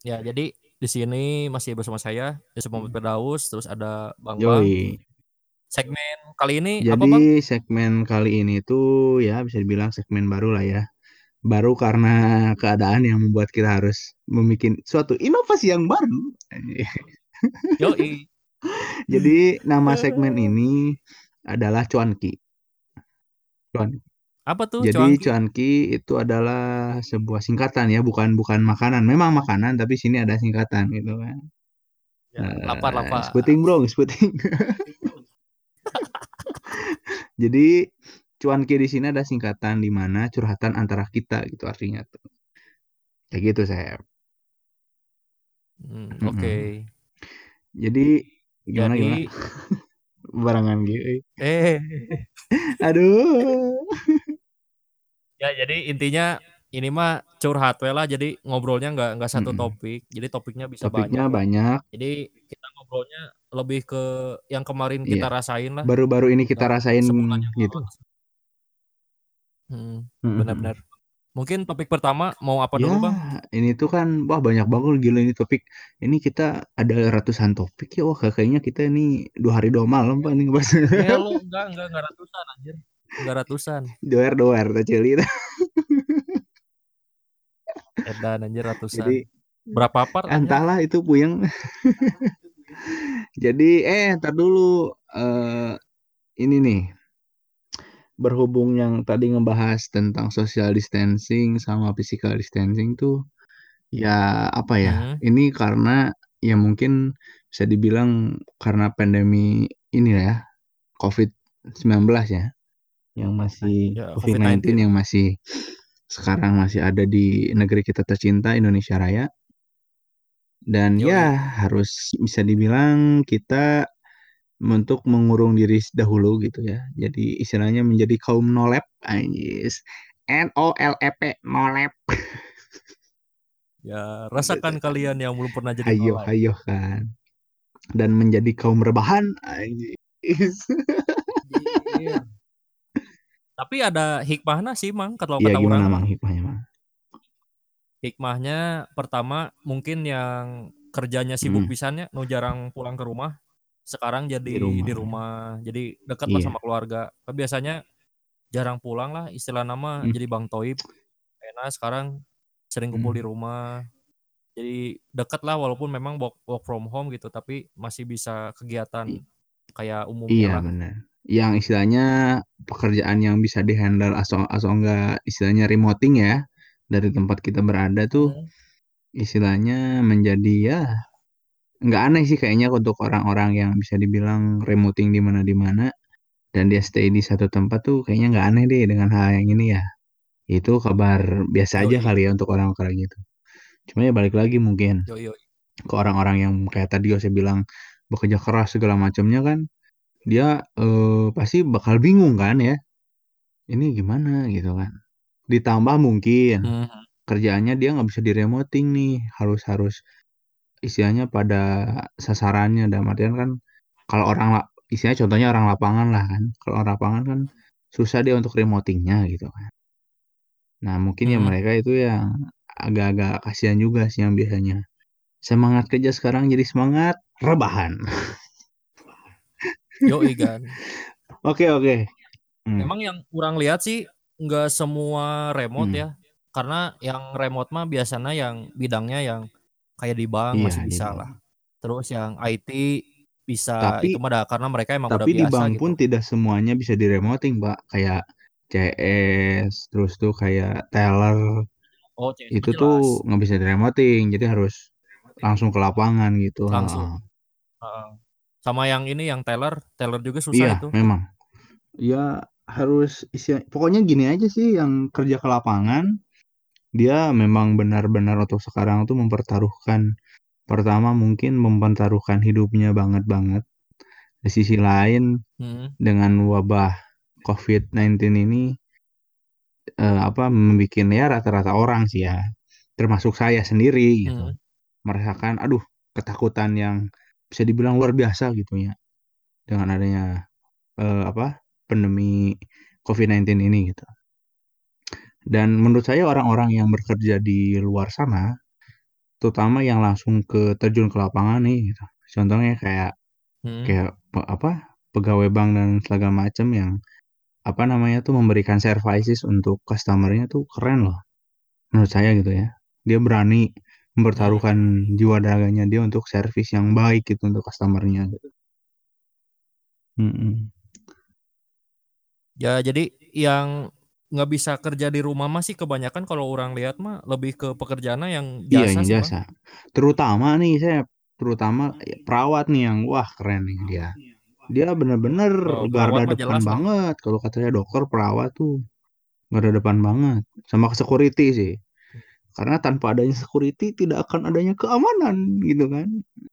Ya, jadi di sini masih bersama saya, Yusuf Muhammad Hmm. Firdaus, terus ada Bang Bang. Yoi. Segmen kali ini apa, Jadi Bang? segmen kali ini tuh ya bisa dibilang segmen baru lah ya. Baru karena keadaan yang membuat kita harus membuat suatu inovasi yang baru. Yoi. Jadi nama segmen ini adalah cuanki. Cuan. Apa tuh Jadi cuanki? cuanki itu adalah sebuah singkatan ya, bukan bukan makanan. Memang makanan, tapi sini ada singkatan gitu kan. Ya, lapar Sputing lapar. bro, sputing. Jadi cuanki di sini ada singkatan di mana curhatan antara kita gitu artinya tuh. Kayak gitu saya. Oke. Jadi gimana gimana? Jadi Barangan gitu. eh Aduh. ya jadi intinya ini mah curhat we lah, jadi ngobrolnya nggak satu Mm-mm. topik. Jadi topiknya bisa Topiknya banyak lah. banyak. Jadi kita ngobrolnya lebih ke yang kemarin Iya. kita rasain lah, Baru-baru ini kita yang rasain sebulan yang lalu. gitu. Benar-benar. Mm-mm. Mungkin topik pertama mau apa Ya, dulu, Bang? ini tuh kan wah banyak banget gila ini topik. Ini kita ada ratusan topik ya. Wah, kayaknya kita ini 2 hari 2 malam Pak ini ngebahas. Melo, enggak ratusan anjir. Enggak ratusan. Doer-doer tadi. Edan anjir ratusan. Jadi Berapa part anjir? entahlah itu puyeng. Jadi ntar dulu eh ini nih berhubung yang tadi ngebahas tentang social distancing sama physical distancing tuh ya apa ya? Hmm. Ini karena ya mungkin bisa dibilang karena pandemi ini ya COVID-19 ya yang masih Ya, COVID-19 COVID-19. yang masih sekarang masih ada di negeri kita tercinta Indonesia Raya dan ya Yoi. harus bisa dibilang kita untuk mengurung diri dahulu gitu ya. Jadi istilahnya menjadi kaum nolep, anjis. NOLEP, nolep. Ya, rasakan kalian yang belum pernah jadi Hayo, nolep. hayo kan. Dan menjadi kaum rebahan, anjis. Anjir. Tapi ada hikmahnya sih, Mang, kalau Iya kata gimana orang Mang mah. hikmahnya Mang? Hikmahnya pertama mungkin yang kerjanya sibuk Mm, pisannya, nu jarang pulang ke rumah, sekarang di jadi di rumah ya. rumah, jadi deket lah sama Iya. keluarga. Kan biasanya jarang pulang lah, istilah nama Mm, jadi Bang Toib. Enak sekarang sering kumpul di mm. rumah. Jadi deket lah walaupun memang work from home gitu, tapi masih bisa kegiatan I- kayak umumnya Iya lah. benar. Yang istilahnya pekerjaan yang bisa dihandle asal enggak istilahnya remoting ya dari tempat kita berada tuh Hmm. istilahnya menjadi ya nggak aneh sih kayaknya untuk orang-orang yang bisa dibilang remoting di mana dan dia stay di satu tempat tuh kayaknya nggak aneh deh dengan hal yang ini ya. Itu kabar biasa aja Yoi, kali ya untuk orang-orang gitu. Cuma ya balik lagi mungkin yoi, yoi. ke orang-orang yang kayak tadi saya bilang bekerja keras segala macamnya kan dia pasti bakal bingung kan ya. Ini gimana gitu kan. Ditambah mungkin Mhm. kerjaannya dia nggak bisa diremoting nih harus harus istilahnya pada sasarannya dalam artian kan kalau istilahnya contohnya orang lapangan lah kan kalau orang lapangan kan susah dia untuk remotingnya gitu kan nah mungkin ya Mhm. mereka itu yang agak-agak kasihan juga sih yang biasanya semangat kerja sekarang jadi semangat rebahan. Yoi kan. Oke oke. Hmm, Emang yang kurang lihat sih nggak semua remote hmm. ya. Karena yang remote mah biasanya yang bidangnya yang kayak di bank Iya masih di bisa bank lah. Terus yang IT bisa tapi itu mah karena mereka emang udah tapi di biasa bank pun gitu. tidak semuanya bisa diremoting Pak kayak CS terus tuh kayak teller Oh, CS mah itu tuh jelas. nggak bisa diremoting jadi harus langsung ke lapangan gitu. Langsung. Heeh. Heeh. Sama yang ini yang teller, teller juga susah Iya itu. memang ya harus pokoknya gini aja sih yang kerja ke lapangan dia memang benar-benar untuk sekarang tuh mempertaruhkan pertama mungkin mempertaruhkan hidupnya banget banget di sisi lain Hmm. dengan wabah COVID-19 ini apa membuat ya rata-rata orang sih ya termasuk saya sendiri gitu Hmm. merasakan aduh ketakutan yang bisa dibilang luar biasa gitu ya dengan adanya apa pandemi COVID-19 ini gitu. Dan menurut saya orang-orang yang bekerja di luar sana terutama yang langsung terjun ke lapangan nih gitu. Contohnya kayak Mhm. kayak apa, pegawai bank dan segala macam yang apa namanya tuh memberikan services untuk customer-nya tuh keren loh menurut saya gitu ya. Dia berani Mhm. mempertaruhkan jiwa dagangnya dia untuk servis yang baik gitu untuk customer-nya gitu. Mm-mm. Ya jadi yang nggak bisa kerja di rumah mah sih kebanyakan kalau orang lihat mah lebih ke pekerjaannya yang Iya jasa yang sih, Bang. jasa. Terutama nih saya terutama perawat nih yang wah keren nih dia. Dia bener-bener garda Perawat mah depan jelas, Bang. banget. Kalau kata saya dokter perawat tuh garda depan banget. Sama security sih. Karena tanpa adanya security tidak akan adanya keamanan gitu kan.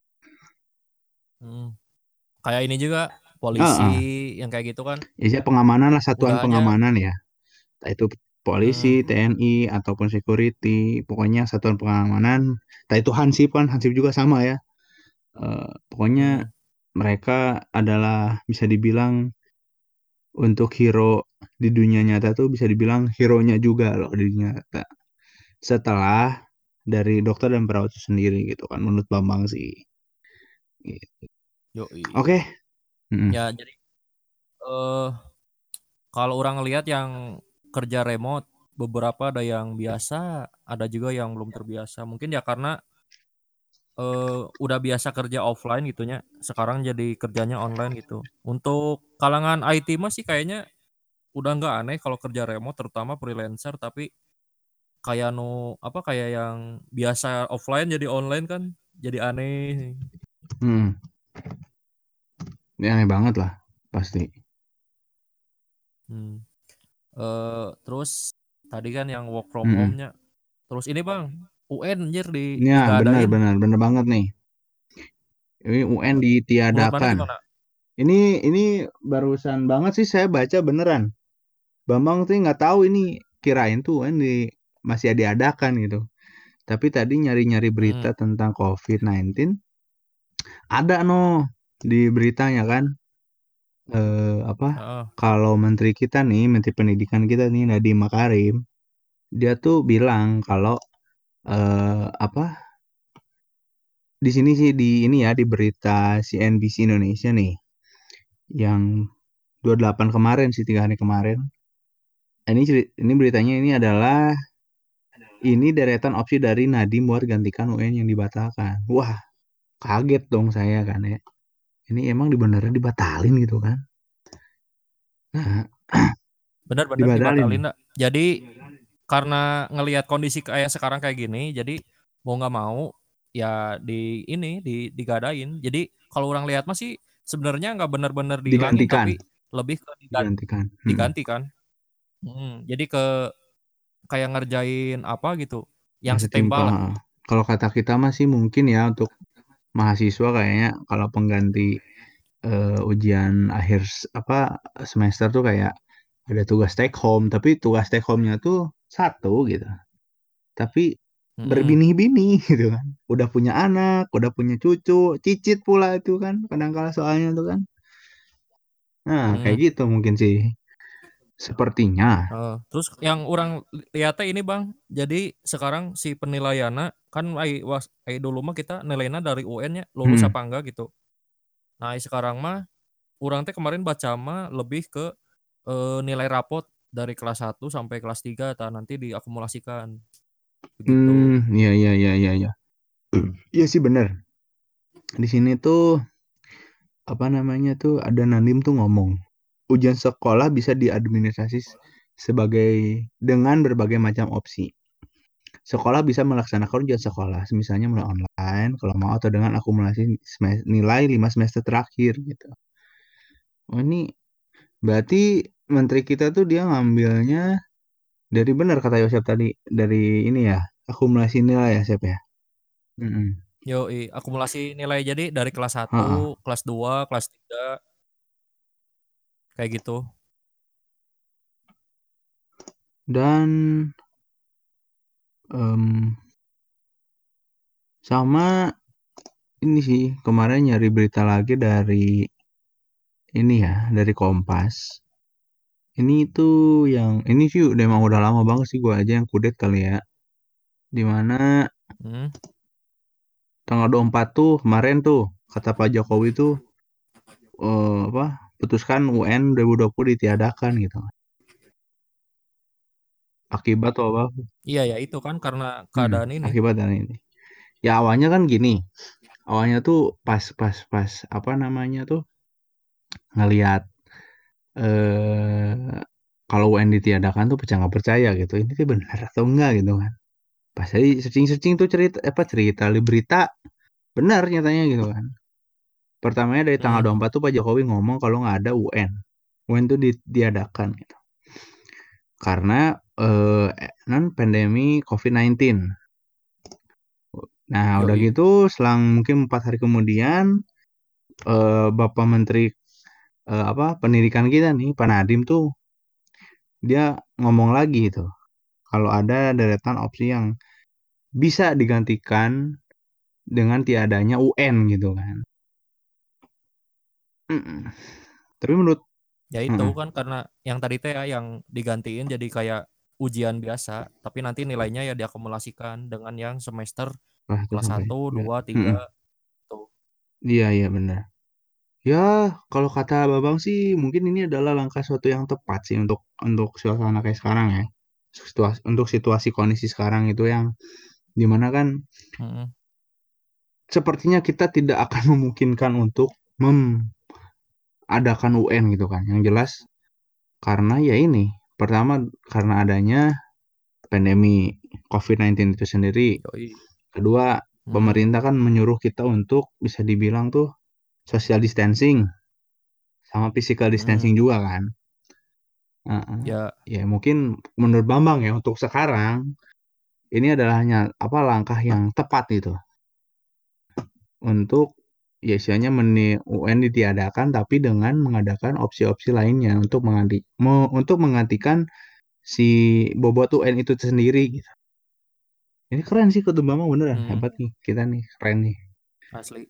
Mhm. Kayak ini juga polisi Heeh. yang kayak gitu kan Ya pengamanan lah satuan udah aja pengamanan ya. Entah itu polisi, mhm, TNI ataupun security, pokoknya satuan pengamanan. Entah itu Hansip kan, Hansip juga sama ya. Pokoknya mhm. mereka adalah bisa dibilang untuk hero di dunia nyata tuh bisa dibilang hero-nya juga loh di dunia nyata. Setelah dari dokter dan perawat itu sendiri gitu kan menurut Bambang sih. Gitu. Yoi. Oke. Mm-mm. Ya jadi, eee, kalau orang ngelihat yang kerja remote, beberapa ada yang biasa, ada juga yang belum terbiasa. Mungkin ya karena, udah biasa kerja offline gitunya, sekarang jadi kerjanya online gitu. Untuk kalangan IT mah sih kayaknya udah nggak aneh kalau kerja remote, terutama freelancer, tapi kayak apa, kayak yang biasa offline jadi online kan, jadi aneh. Hmm. Ini aneh banget lah pasti. Hmm. Terus tadi kan yang work from Mm-mm. home-nya. Terus ini Bang, UN anjir Ya benar digadain. benar benar banget nih. Ini UN Menurut mana ditiadakan. gimana? Ini barusan banget sih saya baca beneran. Bambang tuh nggak tahu ini kirain tuh UN masih diadakan gitu. Tapi tadi nyari-nyari berita Mhm, tentang COVID-19 ada di beritanya kan apa heeh. kalau menteri kita nih menteri pendidikan kita nih Nadiem Makarim dia tuh bilang kalau apa di sini sih di ini ya di berita CNBC Indonesia nih yang 28 kemarin sih 3 hari kemarin. Ini beritanya ini adalah ini deretan opsi dari Nadiem buat gantikan UN yang dibatalkan. Wah, kaget dong saya kan ya. Ini emang beneran dibatalin gitu kan? Nah, Bener-bener dibatalin nih. dibatalin, Ndak. Jadi karena ngelihat kondisi kayak sekarang kayak gini, jadi mau nggak mau ya digadain. Jadi kalau orang lihat mah sih sebenarnya nggak bener-bener dihilangin, Digantikan, tapi lebih ke digantikan. diganti kan. Jadi kayak ngerjain apa gitu, yang Yang setimpal setimpal. lah. Kalau kata kita masih mungkin ya untuk mahasiswa kayaknya kalau pengganti ujian akhir apa semester tuh kayak ada tugas take home, tapi tugas take home-nya tuh satu gitu. Tapi Mhm, berbinih-binih gitu kan. Udah punya anak, udah punya cucu, cicit pula itu kan kadang kala soalnya tuh kan. Nah, kayak mhm. gitu mungkin sih. Sepertinya. Terus yang orang lihatnya ini Bang, jadi sekarang si penilaiannya kan dulu mah kita nilainya dari UN-nya lulus Hmm. apa enggak gitu. Nah, sekarang mah urang teh kemarin baca mah lebih ke, nilai rapot dari kelas 1 sampai kelas 3 nanti diakumulasikan, begitu. Iya iya iya iya iya. Iya sih bener. Di sini tuh apa namanya tuh ada Nanim tuh ngomong ujian sekolah bisa diadministrasi sebagai dengan berbagai macam opsi. Sekolah bisa melaksanakan ujian sekolah, misalnya melalui online, kalau mau atau dengan akumulasi nilai 5 semester terakhir gitu. Oh ini berarti menteri kita tuh dia ngambilnya dari benar kata Yosep tadi dari ini ya akumulasi nilai ya Sep ya. Mm-mm. Yoi, akumulasi nilai jadi dari kelas Ha-ha. 1, kelas 2, kelas 3 kayak gitu. Dan em, sama ini sih kemarin nyari berita lagi dari ini ya dari Kompas. Ini tuh yang ini sih udah emang udah lama banget sih gua aja yang kudet kali ya. Dimana Mhm, tanggal 24 tuh kemarin tuh kata Pak Jokowi tuh apa putuskan UN 2020 ditiadakan gitu. Akibat apa? Iya ya itu kan karena keadaan ini. Akibat dari ini. Ya awalnya kan gini. Awalnya tuh pas apa namanya tuh ngelihat eh kalau UN ditiadakan tuh percaya nggak percaya gitu. Ini tuh benar atau enggak gitu kan. Pas saya searching-searching tuh cerita apa cerita di berita benar nyatanya gitu kan. Pertamanya dari tanggal Hmm, 24 tuh Pak Jokowi ngomong kalau nggak ada UN. UN tuh ditiadakan gitu. Karena non pandemi COVID-19. Nah, udah yoi. gitu selang mungkin 4 hari kemudian Bapak Menteri apa Pendidikan kita nih Pak Nadiem tuh dia ngomong lagi itu kalau ada deretan opsi yang bisa digantikan dengan tiadanya UN gitu kan. Mm-mm. Tapi menurut Ya itu mm-mm. kan karena yang tadi teh ya yang digantiin jadi kayak ujian biasa, tapi nanti nilainya ya diakumulasikan dengan yang semester Wah, itu kelas sampai satu ya. 2 3 Mm-mm. tuh. Iya iya benar. Ya kalau kata Babang sih mungkin ini adalah langkah suatu yang tepat sih untuk suasana kayak sekarang ya. Untuk situasi kondisi sekarang itu yang dimana kan Mm-mm. sepertinya kita tidak akan memungkinkan untuk mengadakan UN gitu kan. Yang jelas karena ya ini pertama karena adanya pandemi COVID-19 itu sendiri. Yoi. Kedua, Mm-mm. pemerintah kan menyuruh kita untuk bisa dibilang tuh social distancing sama physical distancing Mm-mm. juga kan. Heeh. Ya, Ya mungkin menurut Bambang ya untuk sekarang ini adalah hanya apa langkah yang tepat gitu untuk ya istilahnya UN ditiadakan tapi dengan mengadakan opsi-opsi lainnya untuk menggantikan si bobot UN itu sendiri gitu. Ini keren sih Ketum Bambang beneran mm, hebat nih kita nih keren nih. asli.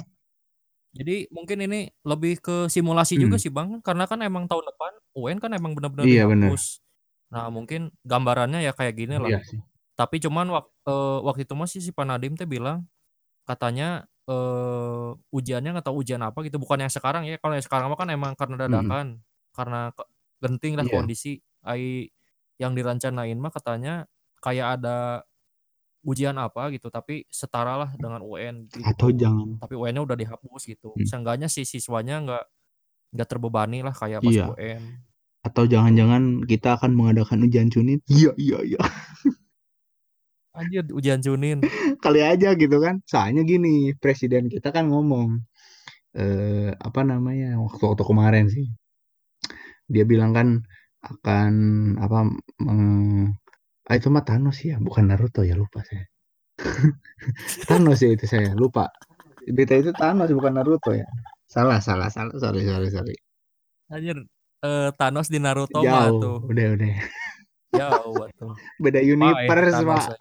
Jadi mungkin ini lebih ke simulasi Hmm, juga sih Bang, karena kan emang tahun depan UN kan emang benar-benar iya bener. dihapus. Nah, mungkin gambarannya ya kayak gini lah. Iya sih. Tapi cuman waktu itu masih si Pak Nadiem teh bilang katanya ujiannya nggak tahu ujian apa gitu, bukan yang sekarang ya. Kalau yang sekarang mah kan emang karena Mm-mm. dadakan, karena genting lah Iya. kondisi. Yang dirancanain mah katanya kayak ada ujian apa gitu, tapi setara lah dengan UN Atau gitu. jangan. Tapi UN-nya udah dihapus gitu. Hmm, Seenggaknya si siswanya nggak terbebani lah kayak pas iya. UN Atau gitu. jangan-jangan kita akan mengadakan ujian Cunit. Iya iya iya. Anjir ujian Junin. Kali aja gitu kan. Soalnya gini, presiden kita kan ngomong apa namanya waktu-waktu kemarin sih. Dia bilang kan akan apa itu mah Thanos ya, bukan Naruto ya lupa saya. Thanos ya itu saya lupa. Berita itu Thanos bukan Naruto ya. Salah salah salah sorry sorry sorry. Anjir Thanos di Naruto mah Jauh tuh udah jauh tuh. beda Bae universe Thanos. pak.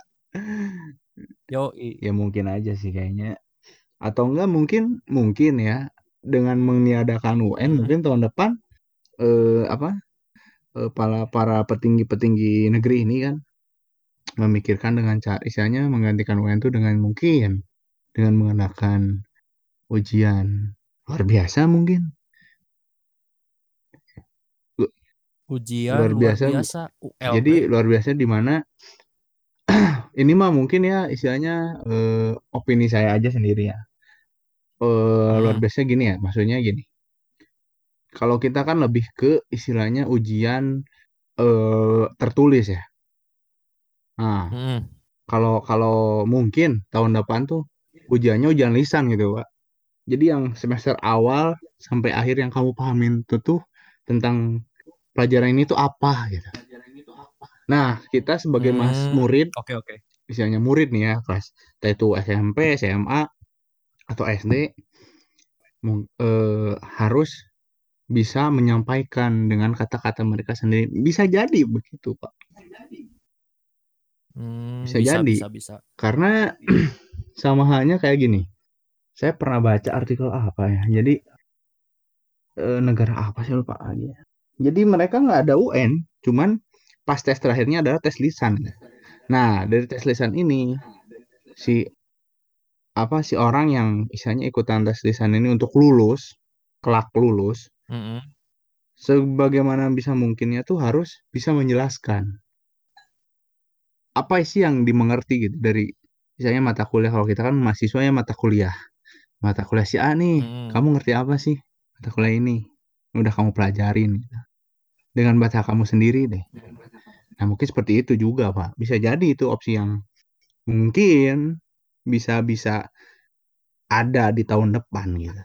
Yoi. Ya mungkin aja sih kayaknya. Atau enggak mungkin mungkin ya dengan meniadakan UN Mm-mm. mungkin tahun depan apa para para petinggi-petinggi negeri ini kan memikirkan dengan cara istilahnya menggantikan UN itu dengan mungkin dengan menggunakan ujian luar biasa mungkin. Lu- Ujian Luar luar biasa biasa ULB. jadi luar biasa di mana ini mah mungkin ya istilahnya opini saya aja sendiri ya. Luar Mm. biasa gini ya maksudnya gini kalau kita kan lebih ke istilahnya ujian tertulis ya. Nah, Mm. kalau kalau mungkin tahun depan tuh ujiannya ujian lisan gitu, Pak. Jadi yang semester awal sampai akhir yang kamu pahamin tuh tentang pelajaran ini tuh apa gitu. Nah, kita sebagai Mm. murid, Oke oke. misalnya murid nih ya, kelas entah itu SMP, SMA atau SD, harus bisa menyampaikan dengan kata-kata mereka sendiri. Bisa jadi begitu, Pak. Bisa Bisa jadi. bisa bisa. Karena sama halnya kayak gini. Saya pernah baca artikel apa ya. Jadi negara apa sih lupa lagi ya. Jadi mereka nggak ada UN, cuman pas tes terakhirnya adalah tes lisan. Nah, dari tes lisan ini si apa sih orang yang misalnya ikutan tes lisan ini untuk lulus, kelak lulus, Mm-mm. sebagaimana bisa mungkinnya tuh harus bisa menjelaskan apa sih yang dimengerti gitu dari misalnya mata kuliah. Kalau kita kan mahasiswanya mata kuliah si A nih, Mm-mm. kamu ngerti apa sih mata kuliah ini? Udah kamu pelajarin gitu. Dengan bahasa kamu sendiri deh. Nah mungkin seperti itu juga Pak. Bisa jadi itu opsi yang mungkin bisa ada di tahun depan gitu.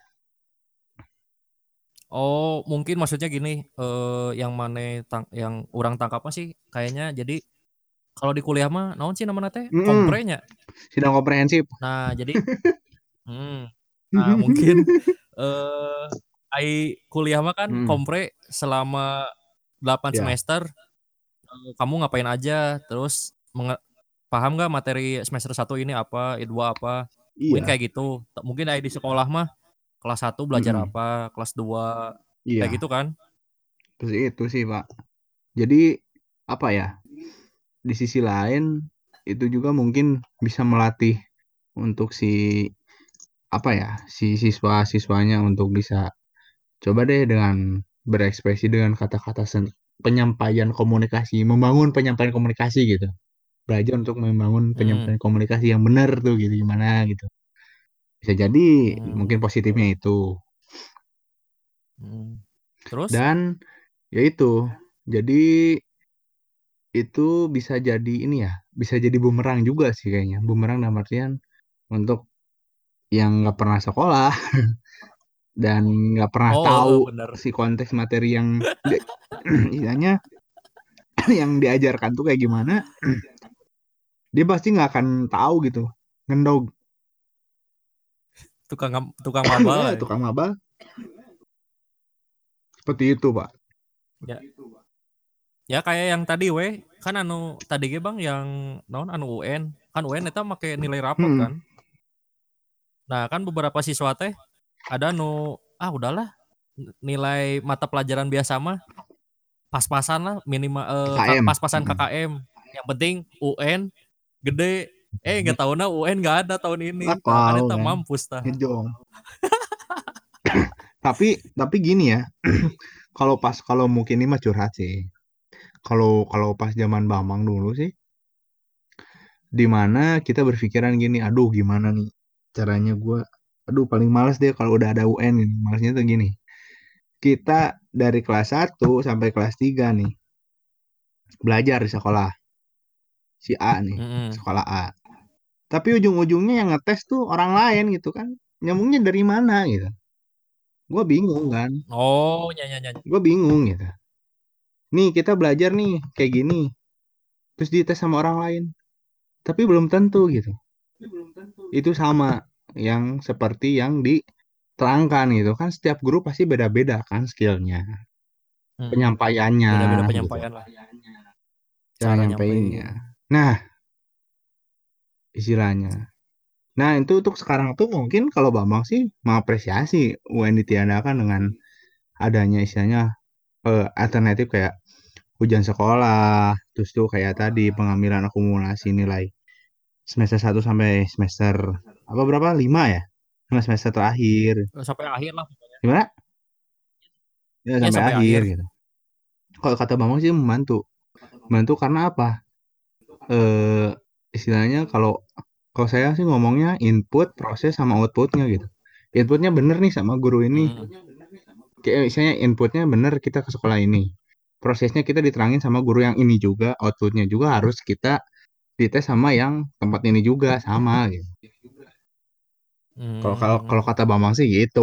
Oh, mungkin maksudnya gini, yang mana yang orang tangkapnya sih kayaknya jadi kalau di kuliah mah naon sih namanya teh Mm-mm. komprenya. Sidang komprehensif. Nah, jadi nah mungkin eh ai kuliah mah kan Mm. kompre selama 8 Ya, semester kamu ngapain aja, terus paham nggak materi semester satu ini apa, dua apa. Mungkin iya. kayak gitu. Mungkin di sekolah mah kelas satu belajar Mm-mm. apa, kelas 2 kayak Iya, gitu kan. terus itu sih Pak. Jadi apa ya? Di sisi lain itu juga mungkin bisa melatih untuk si apa ya si siswa-siswanya untuk bisa coba deh dengan berekspresi dengan kata-kata penyampaian komunikasi, membangun penyampaian komunikasi gitu. Belajar untuk membangun Hmm. penyampaian komunikasi yang benar tuh gitu gimana gitu. Bisa jadi mungkin Hmm. positifnya itu. Hmm. Terus? Dan yaitu jadi itu bisa jadi ini ya, bisa jadi bumerang juga sih kayaknya. Bumerang dalam artian untuk yang nggak pernah sekolah dan nggak pernah Oh, tahu bener. si konteks materi yang istilahnya yang diajarkan tuh kayak gimana, dia pasti nggak akan tahu gitu. Ngendog. Tukang maba lah Ya, ya. tukang maba seperti itu, Pak. Ya, ya kayak yang tadi weh, kan anu tadi ge Bang yang naon anu UN. Kan UN eta make nilai rapot Hmm, kan. Nah, kan beberapa siswa teh ada nu udahlah nilai mata pelajaran biasa mah pas-pasan lah minimal KKM. pas-pasan Heeh. KKM. Yang penting UN gede. Nggak tahu na UN nggak ada tahun ini. Lah Nah, kan kau eta kan mampus tah. ngejong. Tapi gini ya, kalau mungkin ini mah curhat sih. Kalau kalau pas zaman Bambang dulu sih, di mana kita berpikiran gini, aduh gimana nih caranya gue, aduh paling males deh kalau udah ada UN ini. Malesnya tuh gini, kita dari kelas 1 sampai kelas 3 nih, belajar di sekolah, si A nih, Mm-mm. sekolah A. Tapi ujung-ujungnya yang ngetes tuh orang lain gitu kan, nyambungnya dari mana gitu. Gue bingung kan, Oh, ya ya ya. gue bingung gitu. Nih kita belajar nih kayak gini, terus dites sama orang lain, tapi belum tentu gitu. Itu sama yang seperti yang diterangkan gitu kan, setiap guru pasti beda-beda kan skillnya, Mm-mm. penyampaiannya Beda-beda gitu, penyampaian lah, cara cara nyampeinnya. nyampein. Nah, istilahnya. Nah, itu untuk sekarang tuh mungkin kalau Bambang sih mengapresiasi UN ditiadakan dengan adanya istilahnya alternatif kayak ujian sekolah, terus tuh kayak tadi pengambilan akumulasi nilai semester 1 sampai semester apa berapa? 5 ya? 5 semester terakhir. Sampai akhir lah pokoknya. Gimana? Ya Ya sampai sampai akhir akhir. gitu. Kalau kata Bambang sih membantu. Membantu karena apa? Eh istilahnya kalau kalau saya sih ngomongnya input, proses sama outputnya gitu. Inputnya bener nih sama guru ini. Mm-mm. Kayak misalnya inputnya bener kita ke sekolah ini. Prosesnya kita diterangin sama guru yang ini juga, outputnya juga harus kita dites sama yang tempat ini juga sama gitu. Kalau kalau Hmm, kalau kata Bambang sih gitu.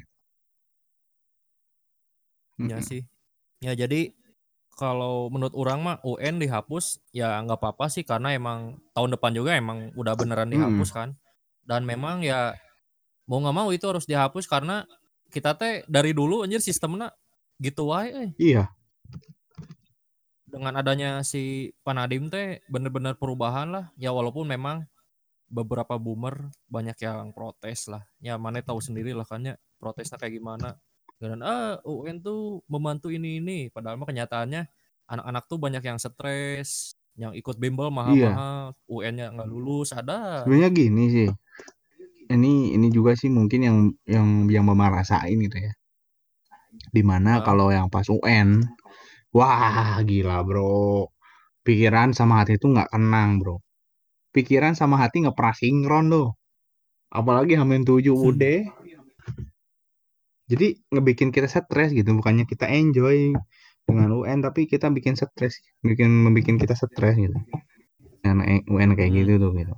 ya Mm-mm. sih. Ya jadi kalau menurut orang mah UN dihapus ya nggak apa-apa sih karena emang tahun depan juga emang udah beneran Mm-mm. dihapus kan. Dan memang ya mau nggak mau itu harus dihapus karena kita teh dari dulu anjir sistemnya gitu wae. Iya, Dengan adanya si Panadim teh bener-bener perubahan lah. Ya walaupun memang beberapa boomer banyak yang protes lah. Ya mana tahu sendiri lah kan ya protesnya kayak gimana. Dan UN tuh membantu ini. Padahal mah kenyataannya anak-anak tuh banyak yang stres, yang ikut bimbel iya. mahal-mahal, UN-nya nggak lulus, ada aja. Sebenarnya gini sih. ini juga sih mungkin yang Mama rasain gitu ya. Dimana Heeh. kalau yang pas UN, wah gila bro. Pikiran sama hati itu nggak kenang bro. Pikiran sama hati nggak pernah sinkron tuh. Apalagi Hamin 7 udah. Jadi ngebikin kita stres gitu. Bukannya kita enjoy dengan UN, tapi kita bikin stres. Membikin kita stres gitu. Dengan UN kayak gitu Hmm. tuh gitu.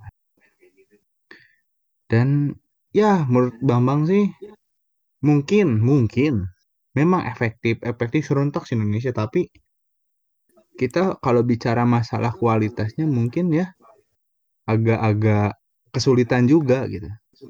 Dan ya menurut Bambang sih mungkin memang efektif efektif serentak di Indonesia, tapi kita kalau bicara masalah kualitasnya mungkin ya agak-agak kesulitan juga gitu.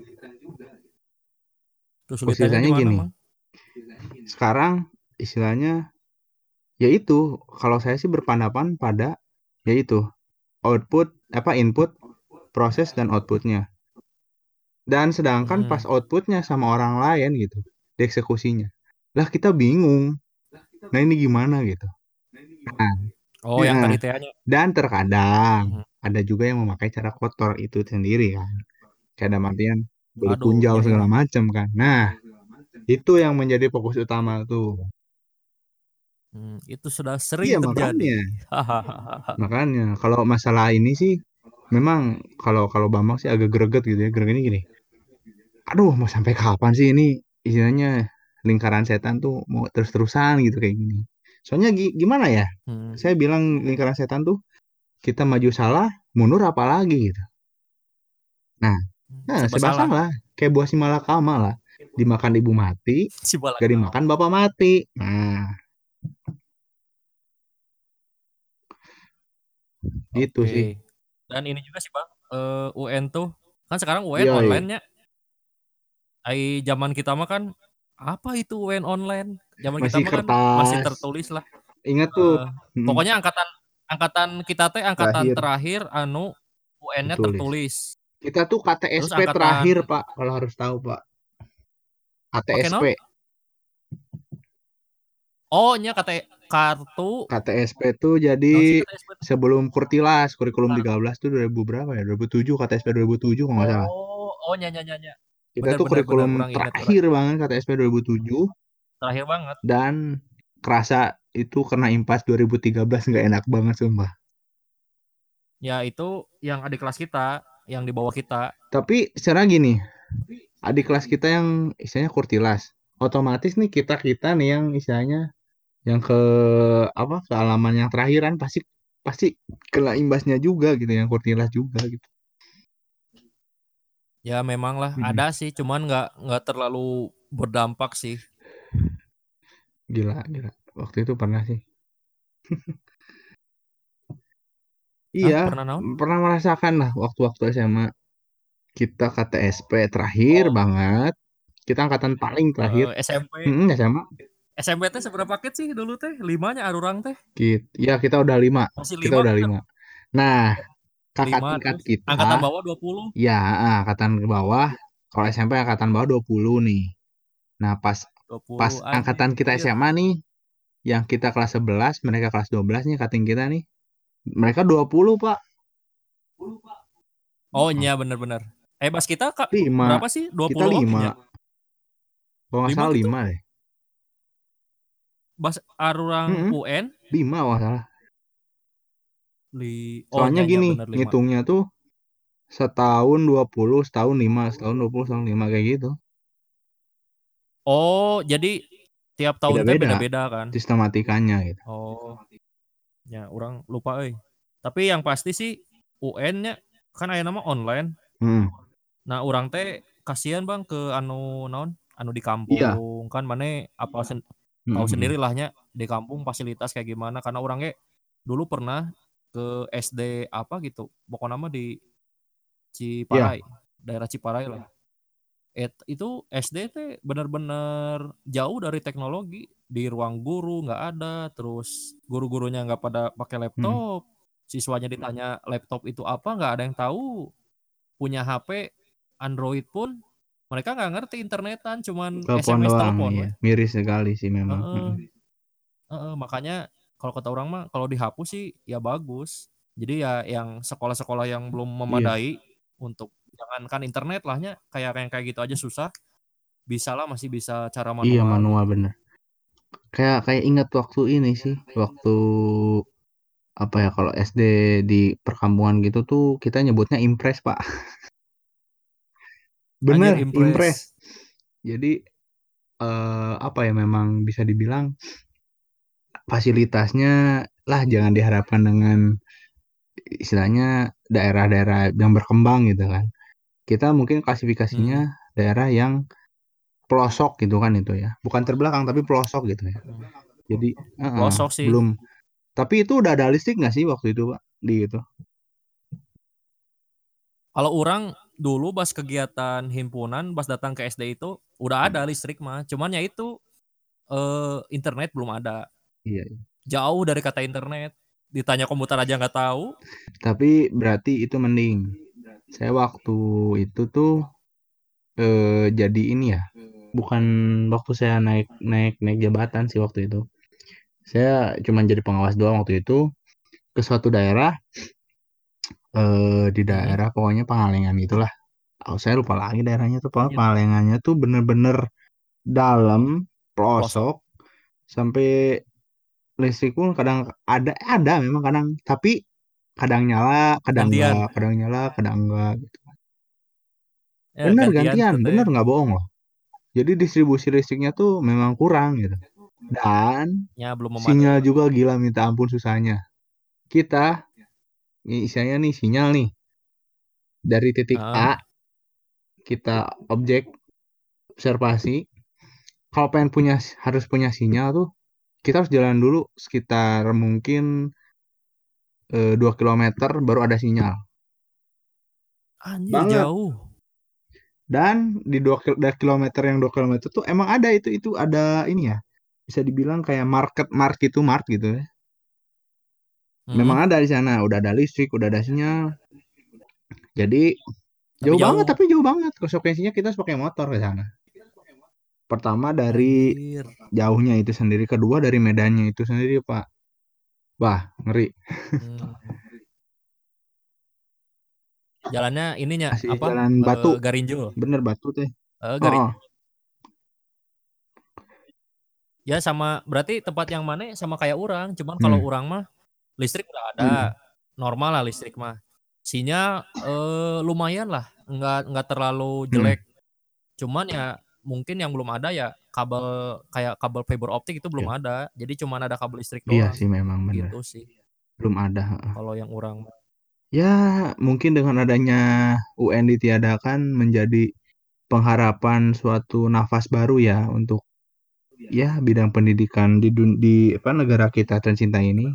Kesulitannya Posisinya di mana, gini, Mang? sekarang istilahnya yaitu kalau saya sih berpandangan pada yaitu output apa input proses dan outputnya. Dan sedangkan pas Hmm. outputnya sama orang lain gitu, dieksekusinya. Lah kita bingung. Nah ini gimana gitu. Nah, Oh, yang ya. tadi tehnya. Dan terkadang Mhm. ada juga yang memakai cara kotor itu sendiri kan. Kayak dalam artian Aduh, berkunjau ini segala macam kan. Nah, itu yang menjadi fokus utama tuh. itu sudah sering Iya terjadi. makanya. Hahaha. Makanya kalau masalah ini sih memang kalau Bambang sih agak greget gitu ya. Gregetnya gini. Aduh, mau sampai kapan sih ini istilahnya lingkaran setan tuh mau terus-terusan gitu kayak gini. Soalnya gimana ya? Hmm. Saya bilang lingkaran setan tuh kita maju salah, mundur apa lagi gitu. Nah, Serba serba salah. salah. Kayak buah si malakama lah. Dimakan ibu mati, Si gak Balakama. dimakan bapak mati. Nah, gitu sih. Oke. Dan ini juga sih, Bang, UN tuh kan sekarang UN Iya, iya. online-nya. Zaman kita mah kan apa itu UN online? Zaman kita Masih mah kan masih kertas. tertulis lah. Ingat tuh. Eh, Mm, pokoknya angkatan angkatan kita teh angkatan terakhir. terakhir anu UN-nya Tertulis. tertulis. Kita tuh Terus KTSP angkatan terakhir, Pak. Kalau harus tahu, Pak. pakai non? KTSP. Oh, nya kartu KTSP tuh jadi naon sih KTSP teh? sebelum Kurtilas, kurikulum Kartu. 13 tuh 2000 berapa ya? 2007, KTSP 2007 kalau nggak salah. Oh, oh nya nya nya nya. Kita Bener tuh bener bener kurikulum urang inget urang. terakhir banget KTSP 2007 Terakhir banget. dan kerasa itu kena impas 2013 nggak enak banget sumpah. Ya itu yang adik kelas kita, yang di bawah kita. Tapi secara gini, adik kelas kita yang istilahnya Kurtilas, otomatis nih kita nih yang istilahnya yang ke apa ke halaman yang terakhiran pasti pasti kena imbasnya juga gitu yang Kurtilas juga gitu. Ya memang lah Mm-mm. ada sih, cuman nggak terlalu berdampak sih. Gila, gila. Waktu itu pernah sih. Iya, Hah, pernah naon? pernah merasakan lah waktu-waktu SMA. Kita KTSP terakhir Oh, banget. Kita angkatan paling terakhir. SMP. SMA. SMP teh seberapa paket sih dulu teh? Limanya arurang teh. Ya kita udah 5. Masih Kita 5 udah bener. 5. Nah, kakak 5 tingkat terus kita, angkatan bawah 20. ya angkatan ke bawah. Kalau SMP angkatan bawah 20 nih. Nah, pas 20 anjing. angkatan kita Iya. SMA nih, yang kita kelas 11, mereka kelas 12 nih, kating kita nih. Mereka 20, Pak. Oh iya bener-bener. Bas kita Kak 5. berapa sih? Kita 20 lima. nya. Kalau nggak 5 salah gitu. 5 deh. Bas arurang Mm-mm. UN 5 kalau nggak salah. oh Soalnya nyanya gini, bener 5. ngitungnya tuh setahun 20, setahun 5, setahun 20, setahun 5 kayak gitu. Oh, jadi tiap tahun teh Beda-beda beda-beda kan? sistematikanya gitu. Oh, ya orang lupa euy. Tapi yang pasti sih UN-nya kan aya nama online. Hmm. Nah, orang teh kasihan Bang ke anu naon? Anu di Iya. kampung. Kan maneh apa tahu Mm-mm. sendiri lahnya di kampung fasilitas kayak gimana karena orangnya dulu pernah ke SD apa gitu. Pokoknya mah di Iya. Ciparai, daerah Ciparai lah. Itu SD teh bener-bener jauh dari teknologi. Di ruang guru nggak ada, terus guru-gurunya nggak pada pakai Mm. laptop. Siswanya ditanya laptop itu apa nggak ada yang tahu. Punya HP Android pun mereka nggak ngerti internetan, cuman Telepon SMS doang, telepon iya. we. Miris sekali sih memang. Heeh, Mm-mm. heeh, makanya kalau kata orang mah kalau dihapus sih ya bagus. Jadi ya yang sekolah-sekolah yang belum Iya. memadai untuk Jangankan internet lahnya, kayak yang kayak gitu aja susah. Bisa lah, masih bisa cara Iya manual manual gitu. bener. Kayak ingat waktu ini sih, waktu apa ya kalau SD di perkampungan gitu tuh kita nyebutnya impres Pak. Anjir, Bener, impres. impress. Jadi apa ya memang bisa dibilang fasilitasnya lah jangan diharapkan dengan istilahnya daerah-daerah yang berkembang gitu kan. Kita mungkin klasifikasinya Hmm. daerah yang pelosok gitu kan itu ya. Bukan terbelakang tapi pelosok gitu ya. Hmm. Jadi Pelosok sih. belum. Tapi itu udah ada listrik nggak sih waktu itu Pak? Di itu. Kalau orang dulu pas kegiatan himpunan, pas datang ke SD itu udah ada listrik mah. Cuman ya itu internet belum ada. Iya. Jauh dari kata internet. Ditanya komputer aja nggak tahu. Tapi berarti itu mending. Saya waktu itu tuh jadi ini ya. Bukan waktu saya naik naik naik jabatan sih waktu itu. Saya cuma jadi pengawas doang waktu itu ke suatu daerah di Hmm. daerah pokoknya Pangalengan gitulah. Oh, saya lupa lagi daerahnya tuh. Pokoknya Anjir, Pangalengannya tuh bener-bener dalam pelosok. pelosok sampai listrik pun kadang ada memang kadang tapi kadang nyala, kadang enggak, Gantian. kadang nyala, kadang enggak gitu. Ya, Bener gantian gantian, tuh teh. bener nggak bohong loh. Jadi distribusi listriknya tuh memang kurang gitu. Dan Ya, belum sinyal memadai. juga gila minta ampun susahnya. Kita, ini istilahnya nih sinyal nih dari titik Heeh. A kita objek observasi. Kalau pengen punya harus punya sinyal tuh kita harus jalan dulu sekitar mungkin 2 kilometer baru ada sinyal. Anjir, Banget. jauh. Dan di dari kilometer yang 2 kilometer tuh emang ada itu ada ini ya. Bisa dibilang kayak market itu mart gitu ya. Memang Hmm. ada di sana, udah ada listrik, udah ada sinyal. Jadi Tapi jauh banget, jauh. tapi jauh banget. Konsekuensinya kita harus pakai motor ke sana. Pertama dari Anjir. jauhnya itu sendiri, kedua dari medannya itu sendiri, Pak. Wah, ngeri. Hmm. Jalannya ininya Masih apa? jalan batu, Garinjul. bener batu teh. Oh, Garinjul. oh. Ya sama, berarti tempat yang mana sama kayak orang. Cuman kalau Hmm, orang mah listrik udah ada, hmm, normal lah listrik mah. Sinyal lumayan lah, nggak terlalu hmm. jelek. Cuman ya mungkin yang belum ada ya kabel, kayak kabel fiber optik itu belum Ya, ada. Jadi cuman ada kabel listrik iya doang. sih memang bener. Gitu sih. Belum ada. Kalau yang orang mah. Ya, mungkin dengan adanya UN ditiadakan menjadi pengharapan suatu nafas baru ya untuk ya bidang pendidikan di apa negara kita tercinta ini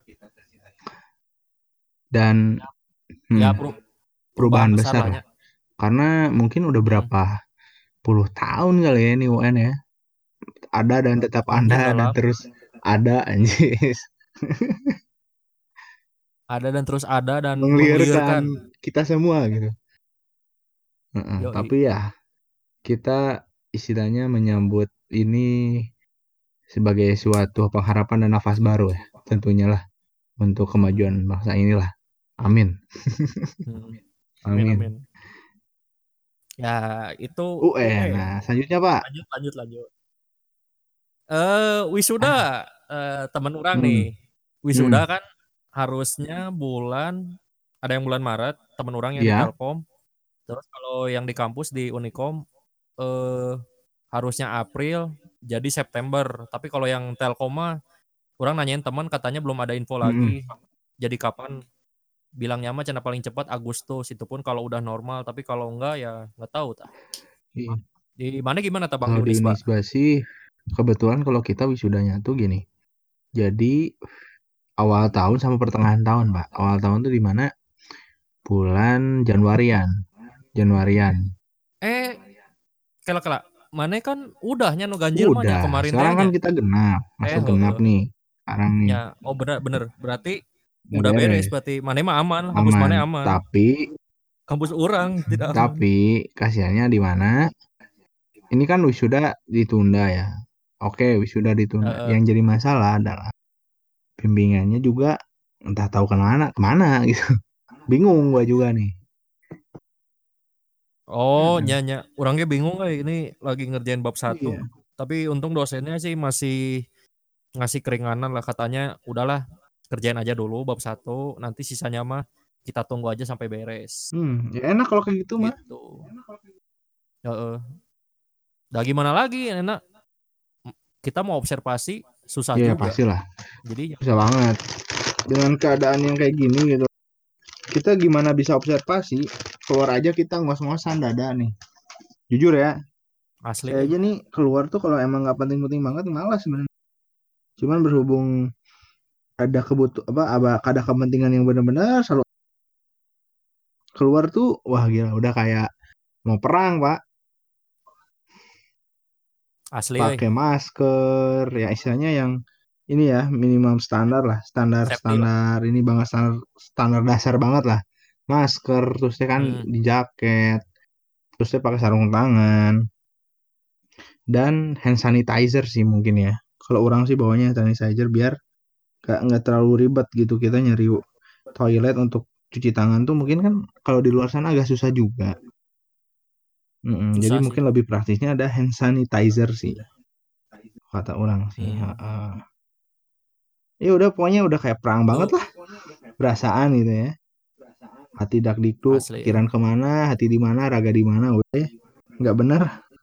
dan Ya hmm, perubahan perubahan besar besar lah lah. nya. Karena mungkin udah Hmm. berapa puluh tahun kali ya ini UN ya. Ada dan tetap Anjir, ada udah dan lama. terus ada anjis. Ada dan terus ada dan Mengliarkan menggeliirkan. kita semua gitu. Yoi. Tapi ya kita istilahnya menyambut ini sebagai suatu pengharapan dan nafas baru ya. Tentunya lah untuk kemajuan bangsa inilah. Amin. Hmm. Amin, Amin. amin. Ya, itu UN. UN. Nah, selanjutnya Pak. Lanjut, lanjut, lanjut. Wisuda, Ah, temen orang nih. hmm, Wisuda hmm, kan harusnya bulan, ada yang bulan Maret, temen orang yang di iya, Telkom. Terus kalau yang di kampus di Unikom eh harusnya April, jadi September. Tapi kalau yang Telkom mah, orang nanyain teman katanya belum ada info hmm, lagi. Jadi kapan? Bilangnya mah cina paling cepat Agustus. Itu pun kalau udah normal. Tapi kalau enggak ya nggak tahu tah. iya. Di mana gimana tah Bang di Kalau di Unisba? Unisba sih kebetulan kalau kita wisudanya tuh gini. Jadi awal tahun sama pertengahan tahun, Pak. Awal tahun tuh di mana? Bulan Januarian. Januarian. Eh, kela-kela. Mana kan udahnya no ganjil mah nya Udah, kemarin teh sekarang kan nya. kita genap, masuk genap Heeh. nih. Sekarang nih, Ya, oh bener bener. Berarti udah udah beres beres, berarti. Mana mah aman, kampus aman. mana aman. Kampus orang tidak aman. Tapi kasihannya di mana? Ini kan wisuda ditunda ya. Oke, wisuda ditunda. Heeh. Yang jadi masalah adalah bimbingannya juga entah tahu kemana, kemana gitu. Bingung gua juga nih. Oh, Mm-mm. nyanya. Orangnya bingung kayak ini lagi ngerjain bab satu. Iya. Tapi untung dosennya sih masih ngasih keringanan lah, katanya udahlah kerjain aja dulu bab satu, nanti sisanya mah kita tunggu aja sampai beres. Ya enak kalau kayak gitu mah. Gitu. Heeh. Dah gimana lagi, enak kita mau observasi susah Iya, juga. pastilah. Jadi Bisa banget. Dengan keadaan yang kayak gini gitu. Kita gimana bisa observasi? Keluar aja kita ngos-ngosan dada nih. Jujur ya, asli saya aja nih keluar tuh kalau emang nggak penting-penting banget malas sebenarnya. Cuman berhubung ada ada kepentingan yang benar-benar selalu keluar tuh, wah gila, udah kayak mau perang, Pak. asli Pakai masker, ya istilahnya yang ini ya, minimum standar lah, safety lah. standar ini banget, standar dasar banget lah. Masker, terus dia kan Hmm, di jaket, terus dia pakai sarung tangan dan hand sanitizer sih mungkin ya. Kalau orang sih bawanya hand sanitizer biar nggak terlalu ribet gitu kita nyari toilet untuk cuci tangan tuh mungkin kan kalau di luar sana agak susah juga. Jadi susah sih. mungkin lebih praktisnya ada hand sanitizer sih kata orang sih. Hmm, Heeh. Ya udah pokoknya udah kayak perang banget tuh lah perasaan gitu ya. Hati dak dikduk, asli. pikiran kemana, hati di mana, raga di mana, udah ya. Nggak bener.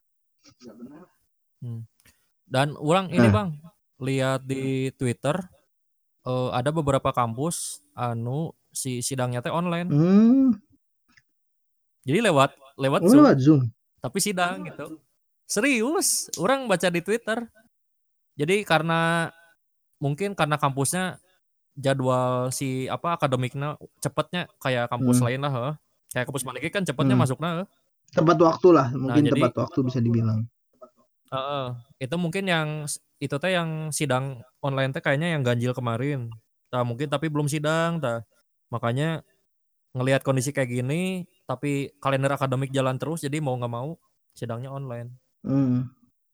Hmm. Dan orang ini Nah, bang lihat di Twitter, ada beberapa kampus anu si sidangnya teh online. hmm, Jadi lewat lewat oh lewat Zoom Zoom. tapi sidang gitu. Serius, orang baca di Twitter. Jadi karena mungkin karena kampusnya jadwal si apa akademiknya cepetnya kayak kampus Hmm, lain lah, heuh. Kayak kampus mana kan cepetnya hmm. masuknya, heuh. Tepat waktu lah, Nah, mungkin tepat jadi waktu bisa dibilang. heeh, itu mungkin yang itu teh yang sidang online teh kayaknya yang ganjil kemarin. Tah mungkin tapi belum sidang tah. Makanya ngelihat kondisi kayak gini tapi kalender akademik jalan terus jadi mau nggak mau sidangnya online. Hmm.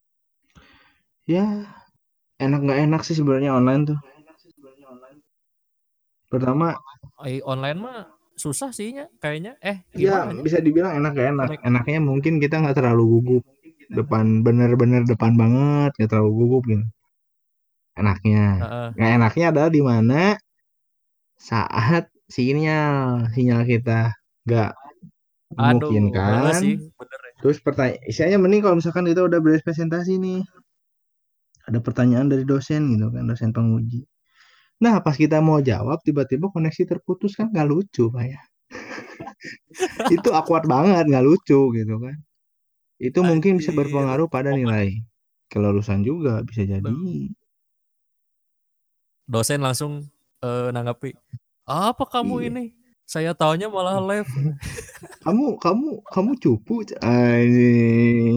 Ya, enak nggak enak sih sebenarnya online tuh. Pertama, Online mah susah sih nya kayaknya. ya Gimana nya? bisa dibilang enak gak enak. Konek. Enaknya mungkin kita nggak terlalu gugup depan, bener-bener depan banget, nggak terlalu gugup gitu. Enaknya, Heeh. nggak enaknya adalah di mana saat sinyal kita nggak Aduh, heeh memungkinkan. sih, bener ya. Terus pertanyaan, isinya mending kalau misalkan kita udah beres presentasi nih, ada pertanyaan dari dosen gitu kan, dosen penguji. Nah, pas kita mau jawab, tiba-tiba koneksi terputus kan nggak lucu, Pak ya. Itu awkward banget, nggak lucu gitu kan. Itu mungkin bisa Anjir. berpengaruh pada Momen nilai kelulusan juga, bisa jadi. dosen langsung nanggapi, apa kamu Iya. ini? Saya taunya malah live. Kamu cupu. Anjing.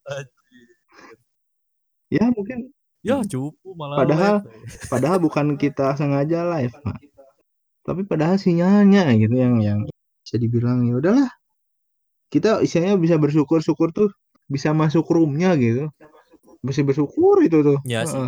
Ya mungkin Ya cupu malah padahal live. padahal bukan kita sengaja live, Pak. Tapi padahal sinyalnya gitu yang bisa dibilang ya udahlah, kita istilahnya bisa bersyukur-syukur tuh bisa masuk roomnya gitu. Bisa bersyukur itu tuh. Ya Heeh. sih.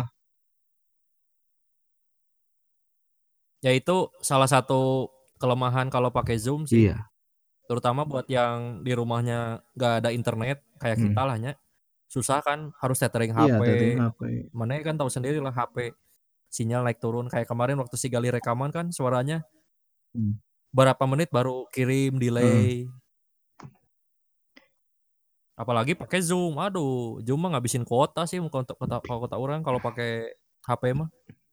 Ya itu salah satu kelemahan kalau pakai Zoom sih. Iya. Terutama buat yang di rumahnya nggak ada internet kayak Hmm. kita lah nya. Susah kan harus tethering Iya, HP. tethering HP. Mana kan tahu sendiri lah HP sinyal naik turun kayak kemarin waktu si Gali rekaman kan suaranya Hmm. berapa menit baru kirim Heeh. delay. Apalagi pakai Zoom. Aduh, Zoom mah ngabisin kuota sih kalau kota orang kalau pakai HP mah.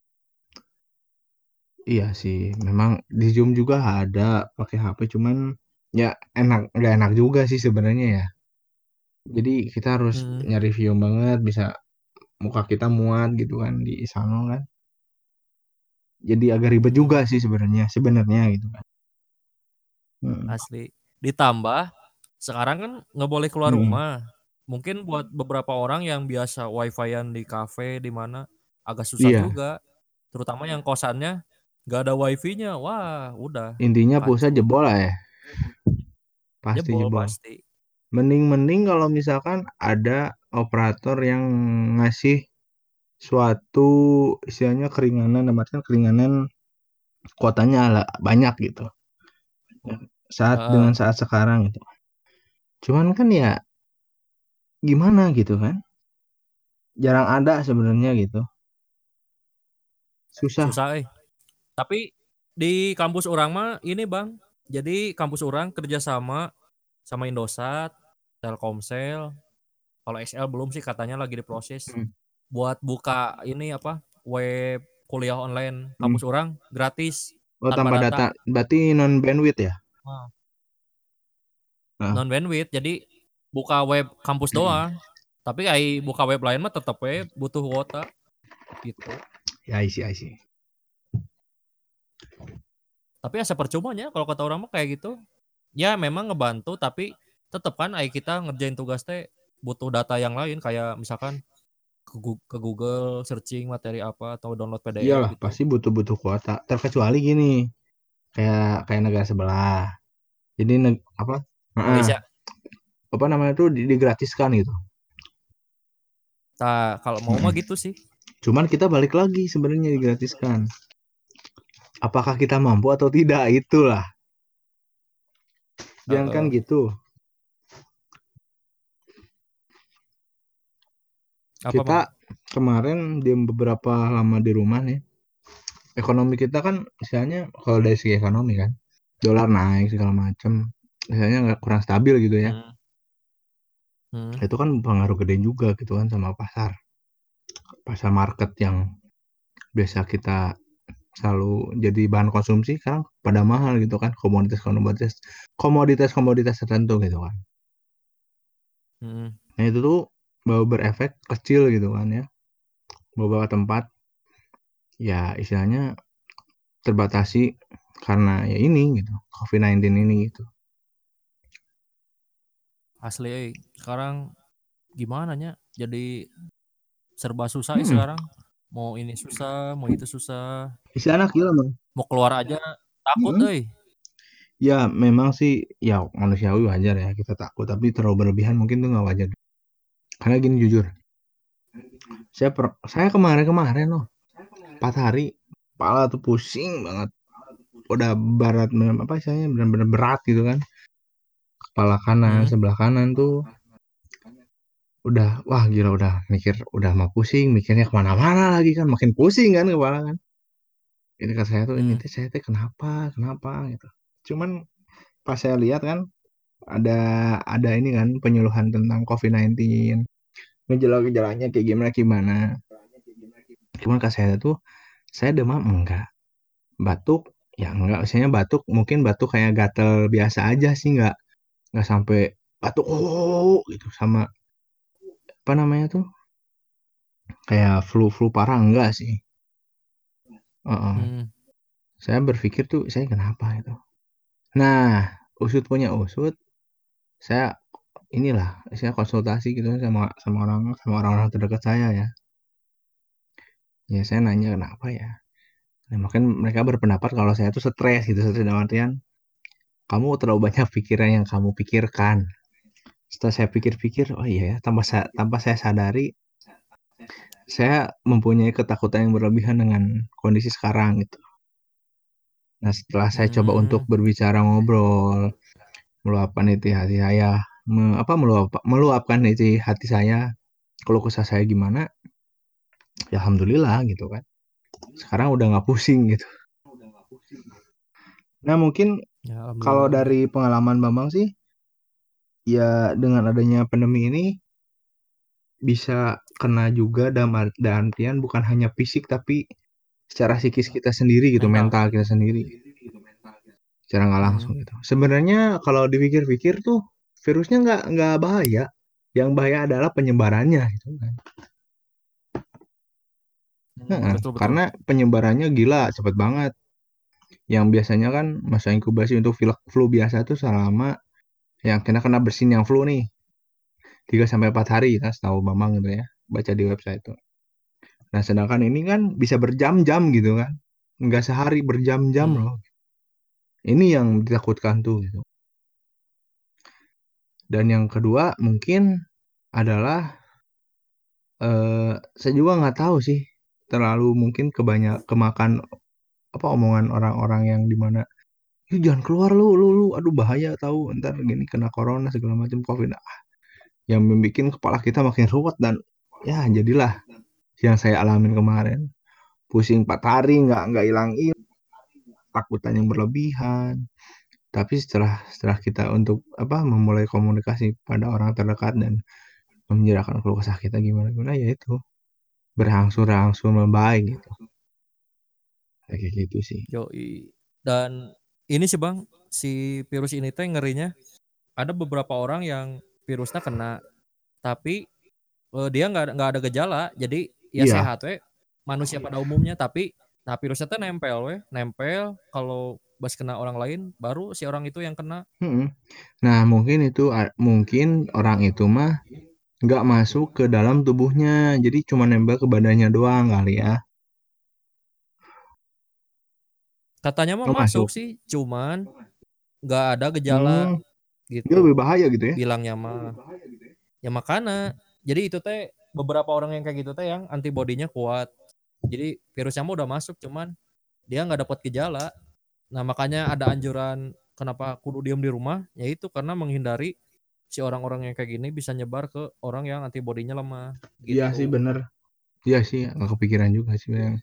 Iya sih, memang di Zoom juga ada pakai HP, cuman ya enak nggak enak juga sih sebenarnya ya. Jadi kita harus Hmm, nyari view banget, bisa muka kita muat gitu kan di sana kan. Jadi agak ribet juga hmm, sih sebenarnya gitu kan. Hmm. asli. Ditambah sekarang kan nggak boleh keluar Hmm. rumah. Mungkin buat beberapa orang yang biasa wifi-an di kafe di mana agak susah Iya, juga. Terutama yang kosannya nggak ada wifi-nya. Wah, udah intinya pulsa hancur. jebol lah ya, pasti Jebol jebol. pasti. Mending kalau misalkan ada operator yang ngasih suatu istilahnya keringanan, namanya keringanan kuotanya banyak gitu. Saat dengan Heeh. saat sekarang gitu. Cuman kan ya gimana gitu kan? Jarang ada sebenarnya gitu. Susah. Susah Tapi di kampus orang mah ini Bang. Jadi kampus orang kerjasama sama Indosat, Telkomsel. Kalau XL belum sih katanya lagi diproses. Hmm. Buat buka ini apa? Web kuliah online Hmm. kampus orang gratis Oh, tanpa tanpa data. data. Berarti non bandwidth ya? Nah, Heeh. non bandwidth. Jadi buka web kampus Mm-mm. doang. Tapi buka web lain mah tetap butuh kuota gitu. Ya, I see. Tapi asa percumanya kalau kata orang mah kayak gitu. Ya memang ngebantu tapi tetap kan kita ngerjain tugas teh butuh data yang lain kayak misalkan ke Google searching materi apa atau download PDF Iyalah, gitu. pasti butuh-butuh kuota. Terkecuali gini, kayak kayak negara sebelah. Jadi apa? Heeh. Malaysia. Apa namanya tuh digratiskan gitu. Nah, kalau mau Mm-mm. mah gitu sih. Cuman kita balik lagi sebenarnya digratiskan. Apakah kita mampu atau tidak? Itulah. Jangan kan Heeh. gitu. Apa Kita bang? kemarin di beberapa lama di rumah nih, ekonomi kita kan misalnya kalau dari segi ekonomi kan, dolar naik segala macam, misalnya nggak kurang stabil gitu ya. Hmm. Hmm. Itu kan pengaruh gede juga gitu kan sama pasar, pasar market yang biasa kita selalu jadi bahan konsumsi sekarang pada mahal gitu kan, komoditas tertentu gitu kan. Hmm. Nah itu tuh baru berefek kecil gitu kan ya, beberapa tempat ya istilahnya terbatasi karena ya ini gitu, COVID-19 ini gitu. Asli sekarang gimana nya? Jadi serba susah Hmm, sekarang. Mau ini susah, mau itu susah. istilahnya gila mah. Mau keluar aja takut Hmm. Ya memang sih ya manusiawi wajar ya kita takut, tapi terlalu berlebihan mungkin tuh nggak wajar. Karena gini jujur, saya kemarin loh 4 hari kepala tuh pusing banget, udah barat apa istilahnya benar-benar berat gitu kan, kepala kanan Hmm. sebelah kanan tuh udah wah gila, udah mikir udah mau pusing, mikirnya kemana-mana lagi kan, makin pusing kan kepala kan. Ini kata saya tuh, ini Hmm. teh saya teh kenapa kenapa gitu. Cuman pas saya lihat kan ada ada ini kan penyuluhan tentang COVID-19, gejala-gejalanya kayak gimana gimana. Cuman kata saya tuh, saya demam enggak, batuk ya enggak, misalnya batuk mungkin batuk kayak gatel biasa aja sih, enggak sampai batuk oh gitu, sama apa namanya tuh kayak flu parah enggak sih. Heeh. Hmm. Saya berpikir tuh saya kenapa itu. Nah, usut punya usut, saya inilah saya konsultasi gitu sama sama orang-orang terdekat saya ya. Ya saya nanya kenapa ya. Nah, mungkin mereka berpendapat kalau saya tuh stres gitu, stres dalam artian kamu terlalu banyak pikiran yang kamu pikirkan. Setelah saya pikir-pikir, oh iya ya, tanpa saya sadari, saya mempunyai ketakutan yang berlebihan dengan kondisi sekarang gitu. Nah, setelah saya coba untuk Hmm. berbicara ngobrol, meluapkan isi hati saya, meluapkan isi hati saya, kalau kesah saya gimana, ya alhamdulillah gitu kan. Sekarang udah nggak pusing gitu. Nah, mungkin Ya kalau alhamdulillah dari pengalaman Bambang sih, ya dengan adanya pandemi ini bisa kena juga dalam artian bukan hanya fisik tapi secara psikis kita sendiri gitu, mental. mental kita sendiri, secara nggak Hmm. langsung gitu. Sebenarnya kalau dipikir-pikir tuh virusnya nggak bahaya, yang bahaya adalah penyebarannya gitu kan. Hmm. Heeh, Betul betul. karena penyebarannya gila cepet banget. Yang biasanya kan masa inkubasi untuk flu biasa tuh selama yang kena bersin yang flu nih 3 sampai 4 hari kan setahu Mamang gitu ya, baca di website itu. Nah, sedangkan ini kan bisa berjam-jam gitu kan. Nggak sehari, berjam-jam Hmm. loh. Ini yang ditakutkan tuh gitu. Dan yang kedua mungkin adalah saya juga nggak tahu sih. Terlalu mungkin kemakan apa omongan orang-orang yang dimana "Ih, jangan keluar lu, aduh bahaya tahu ntar gini kena corona segala macam COVID." Yang membuat kepala kita makin ruwet dan ya jadilah yang saya alamin kemarin. Pusing 4 hari nggak hilang takutan yang berlebihan. Tapi setelah setelah kita untuk apa memulai komunikasi pada orang terdekat dan menjerahkan keluh kesah kita gimana gimana ya itu berangsur-angsur membaik gitu. Kayak gitu sih. Yoi. Dan ini sih Bang, si virus ini teh ngerinya ada beberapa orang yang virusnya kena, tapi dia nggak ada gejala, jadi ya Iya. sehat we, manusia pada umumnya, tapi nah virusnya teh nempel we, nempel kalau pas kena orang lain, baru si orang itu yang kena. Mm-mm. Nah mungkin itu mungkin orang itu mah nggak masuk ke dalam tubuhnya, jadi cuma nembak ke badannya doang kali ya. Katanya mah Nggak masuk masuk. sih, cuman nggak ada gejala Hmm, dia gitu, lebih bahaya gitu ya. bilangnya mah. Ya makanya, jadi itu teh beberapa orang yang kayak gitu teh yang antibodinya kuat. Jadi virusnya mah udah masuk, cuman dia nggak dapat gejala. Nah makanya ada anjuran kenapa kudu diem di rumah, yaitu karena menghindari si orang-orang yang kayak gini bisa nyebar ke orang yang antibodinya lemah Iya sih gitu. bener. Iya sih nggak kepikiran juga sih yang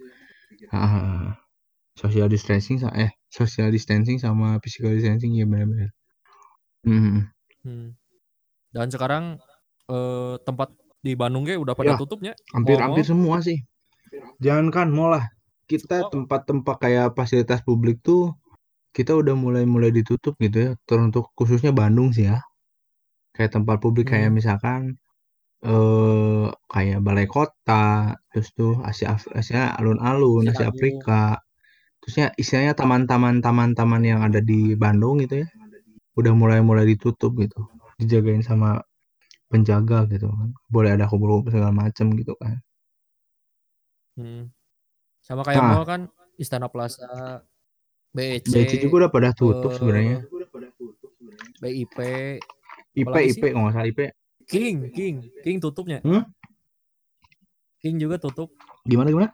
social distancing social distancing sama physical distancing ya benar-benar. Hmm. Hmm. Dan sekarang tempat di Bandung ge udah pada Ya tutupnya, hampir-hampir mall-mall semua sih. Jangankan mall lah, kita semua. tempat-tempat kayak fasilitas publik tuh kita udah mulai-mulai ditutup gitu ya. Teruntuk khususnya Bandung sih ya. Kayak tempat publik kayak Hmm. misalkan kayak balai kota, terus tuh Asia alun-alun, Si Asia Agung. Afrika, terusnya istilahnya taman-taman yang ada di Bandung gitu ya, udah mulai-mulai ditutup gitu, dijagain sama penjaga gitu kan, boleh ada kumpul-kumpul segala macem gitu kan. Hmm. Sama kayak Nah, mall kan, Istana Plaza, BEC, BC juga udah pada tutup sebenarnya. BIP, IP apalagi IP sih? kalau nggak salah IP. King tutupnya. Hmm? King juga tutup. Gimana gimana?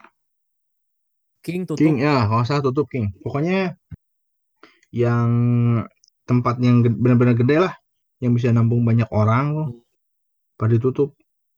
King King tutup. ya kalau nggak salah tutup King. Pokoknya yang tempat yang benar-benar gede lah, yang bisa nampung banyak orang tuh Hmm. pada ditutup.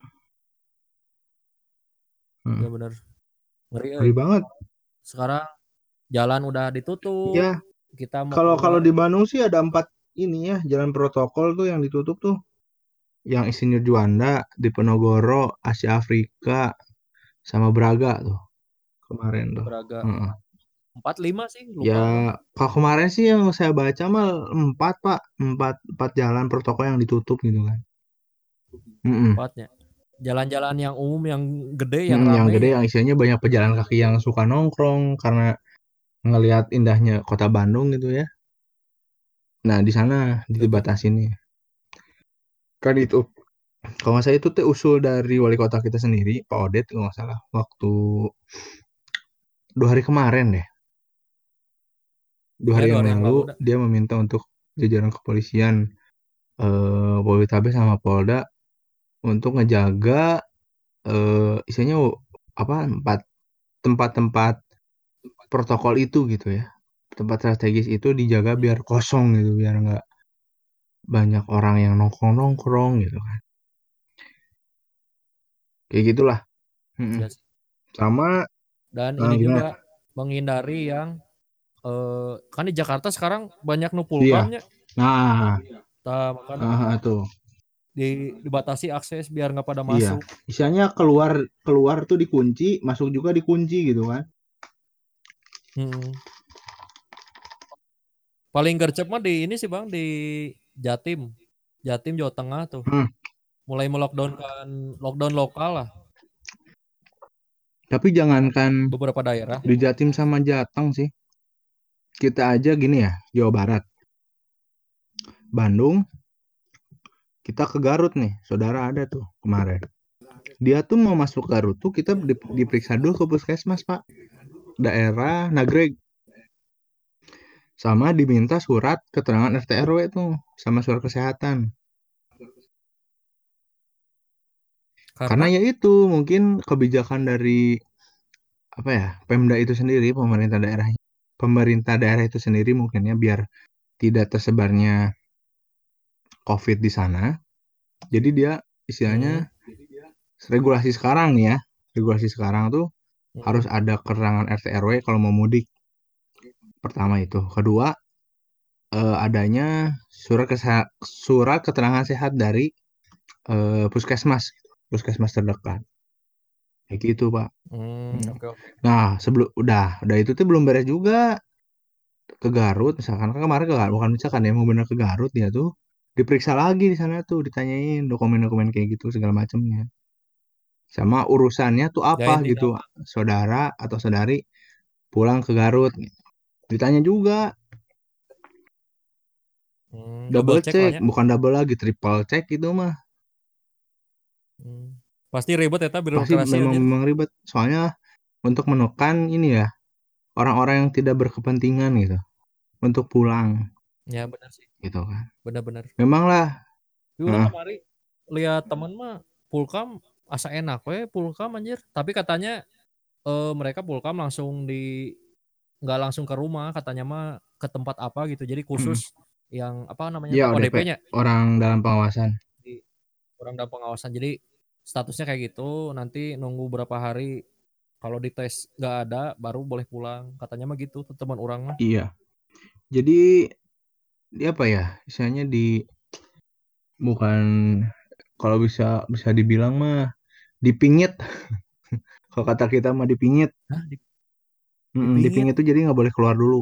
Hmm. Bener-bener ngeri euy. Ngeri banget. Sekarang jalan udah ditutup, Ya, kita mau kalau kalau keluar. di Bandung sih ada 4 ini ya jalan protokol tuh yang ditutup tuh. Yang Insinyur Juanda, Diponegoro, Asia Afrika, sama Braga tuh kemarin tuh. Braga. Heeh. 45 sih, Ya, lupa bang. kalau kemarin sih yang saya baca mah 4 Pak, 4 jalan protokol yang ditutup gitu kan. Mm-mm. Empatnya. Jalan-jalan yang umum, yang gede, yang Mm-mm, yang rame gede ya. yang isinya banyak pejalan kaki yang suka nongkrong karena ngelihat indahnya kota Bandung gitu ya. Nah, di sana Tutup. dibatasi nih. Kan itu kalau nggak salah itu teh usul dari wali kota kita sendiri, Pak Odet kalau nggak salah, waktu 2 hari kemarin deh, 2 hari Ya dua yang hari yang lalu lalu dah. dia meminta untuk jajaran kepolisian, Politeabes sama Polda untuk ngejaga isinya apa tempat-tempat protokol itu gitu ya, tempat strategis itu dijaga biar Hmm. kosong gitu, biar nggak banyak orang yang nongkrong-nongkrong gitu kan, kayak gitulah. Mm-mm. Ya sih. Sama Dan ini gimana? juga menghindari yang kan di Jakarta sekarang banyak Iya. nupulkamnya. Nah, Makanya tuh. dibatasi akses biar nggak pada Iya, masuk. misalnya keluar keluar tuh dikunci, masuk juga dikunci gitu kan. Hmm. Paling gercep mah di ini sih bang, di Jatim, Jatim Jawa Tengah tuh Hmm. mulai melockdown kan, lockdown lokal lah Tapi jangankan beberapa daerah. di Jatim sama Jateng sih. Kita aja gini ya, Jawa Barat, Bandung, kita ke Garut nih. Saudara ada tuh kemarin. Dia tuh mau masuk Garut tuh kita diperiksa dulu ke puskesmas, Pak. Daerah Nagreg. Sama diminta surat keterangan RT RW tuh sama surat kesehatan. Karena Karena ya itu mungkin kebijakan dari apa ya, Pemda itu sendiri, pemerintah daerahnya. pemerintah daerah itu sendiri mungkin ya biar tidak tersebarnya COVID di sana. Jadi dia istilahnya Hmm. regulasi sekarang nih ya. Regulasi sekarang tuh harus Hmm. ada keterangan RT RW kalau mau mudik. Pertama itu. Kedua, adanya surat keterangan sehat dari puskesmas, puskesmas terdekat. Kayak gitu, Pak. Hmm. Hmm. Oke, oke. Nah, sebelum udah itu tuh belum beres juga ke Garut, misalkan kan kemarin ke Garut, bukan misalkan ya mau bener ke Garut dia tuh diperiksa lagi di sana tuh, ditanyain dokumen-dokumen kayak gitu segala macamnya. Sama urusannya tuh Ya apa intinya gitu, mah. saudara atau saudari pulang ke Garut. Ditanya juga, Double double check lah check, ya. bukan double lagi, triple check gitu mah. Hmm. Pasti ribet ya Pasti birokrasi memang anjir. memang ribet. Soalnya untuk menekan ini ya, orang-orang yang tidak berkepentingan gitu, untuk pulang Ya benar sih. gitu kan. Benar-benar. Memang lah, Di orang heeh, kemarin lihat teman mah pulkam asa enak we pulkam anjir. Tapi katanya mereka pulkam langsung di nggak langsung ke rumah katanya mah ke tempat apa gitu. Jadi mm, khusus yang apa namanya ya tuh ODP, ODP-nya orang dalam pengawasan. di orang dalam pengawasan. Jadi statusnya kayak gitu. Nanti nunggu berapa hari kalau dites nggak ada baru boleh pulang. Katanya mah gitu tuh teman orang mah. Iya. Jadi di apa ya? Misalnya di bukan kalau bisa bisa dibilang mah dipingit. Kalau kata kita mah dipingit. Hah, dipingit. Dipingit tuh jadi nggak boleh keluar dulu.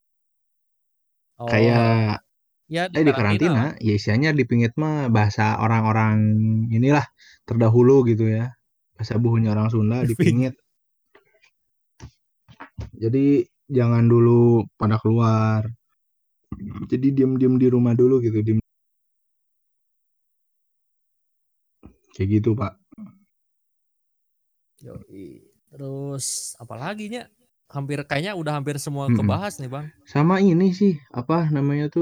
Oh, Kayak ya di di karantina karantina, lah. ya istilahnya dipingit mah bahasa orang-orang inilah terdahulu gitu ya. Bahasa buhunya orang Sunda dipingit. Dipingit. Jadi jangan dulu pada keluar. Jadi diem-diem di rumah dulu gitu, diem. Kayak gitu, Pak. Yoi. Terus apalagi nya? Hampir kayaknya udah hampir semua Mm-mm. kebahas nih, Bang. Sama ini sih, apa namanya tuh?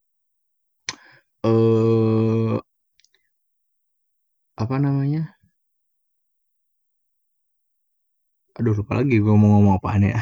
Eh, apa namanya? Aduh, lupa lagi gue mau ngomong apaan ya.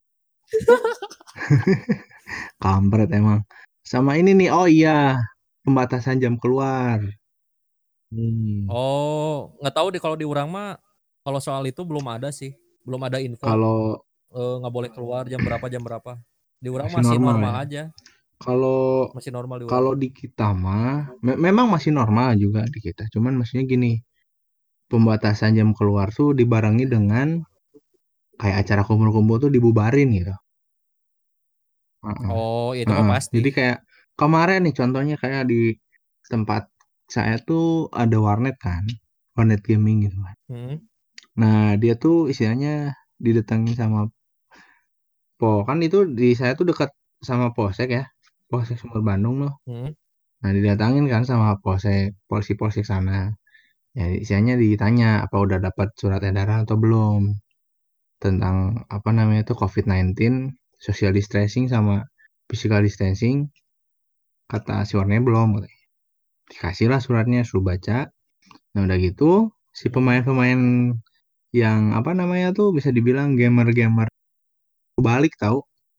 Kampret emang. Sama ini nih, oh iya, pembatasan jam keluar. Hmm. Oh, nggak tahu deh kalau di urang mah kalau soal itu belum ada sih. Belum ada info Kalau nggak boleh keluar jam berapa. Di urang masih masih normal normal ya. aja. Kalau Masih normal di urang kalau mah. di kita mah memang masih normal juga di kita. Cuman maksudnya gini, pembatasan jam keluar tuh dibarengi dengan kayak acara kumpul-kumpul tuh dibubarin gitu. Heeh. Oh, ya itu mah Heeh. pasti. Jadi kayak kemarin nih contohnya kayak di tempat saya tuh ada warnet kan, warnet gaming gitu kan. Hmm. Nah dia tuh istilahnya didatengin sama kan itu di saya tuh dekat sama Polsek ya, Polsek Sumber Bandung loh. Hmm. Nah didatangin kan sama Polsek, polisi-polsek sana. Ya istilahnya ditanya apa udah dapat surat edaran atau belum tentang apa namanya itu COVID-19, social distancing sama physical distancing. Kata si warnanya belum. Dikasih lah suratnya, suruh baca. Nah udah gitu si Hmm. pemain-pemain yang apa namanya tuh bisa dibilang gamer-gamer balik tahu.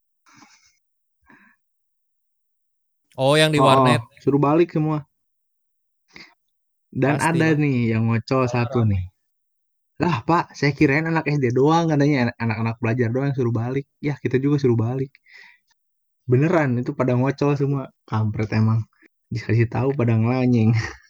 Oh, yang di Oh, warnet suruh balik semua. Dan ada pastilah. nih yang ngocol Soalnya satu rame. nih. Lah Pak, saya kirain anak SD doang katanya, anak-anak pelajar doang yang suruh balik. Ya kita juga suruh balik. Beneran itu pada ngocol semua. Kampret emang. Dikasih tahu pada ngelanyeng.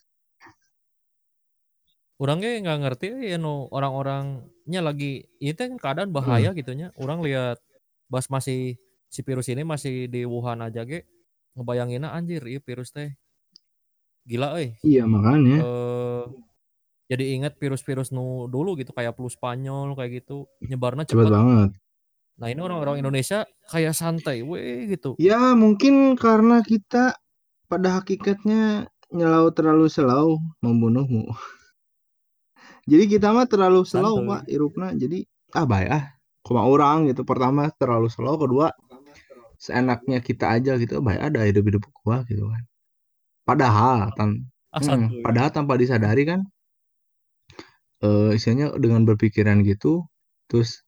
Orangnya nggak ngerti ya no orang-orangnya lagi itu kan keadaan Heeh. bahaya gitunya. Orang lihat pas masih si virus ini masih di Wuhan aja ge ngebayanginnya anjir iya virus teh gila Iya makanya eh jadi inget virus-virus nu dulu gitu kayak flu Spanyol kayak gitu nyebarnya cepet cepet. banget. Nah ini orang-orang Indonesia kayak santai weh gitu. Ya mungkin karena kita pada hakikatnya nyelau terlalu selau membunuhmu. Jadi kita mah terlalu slow pak Santuy. irupna. Jadi baik cuma orang gitu. Pertama terlalu slow, kedua seenaknya kita aja gitu. Baik ada hidup-hidup gua gitu kan. Padahal Santuy. padahal tanpa disadari kan istilahnya dengan berpikiran gitu terus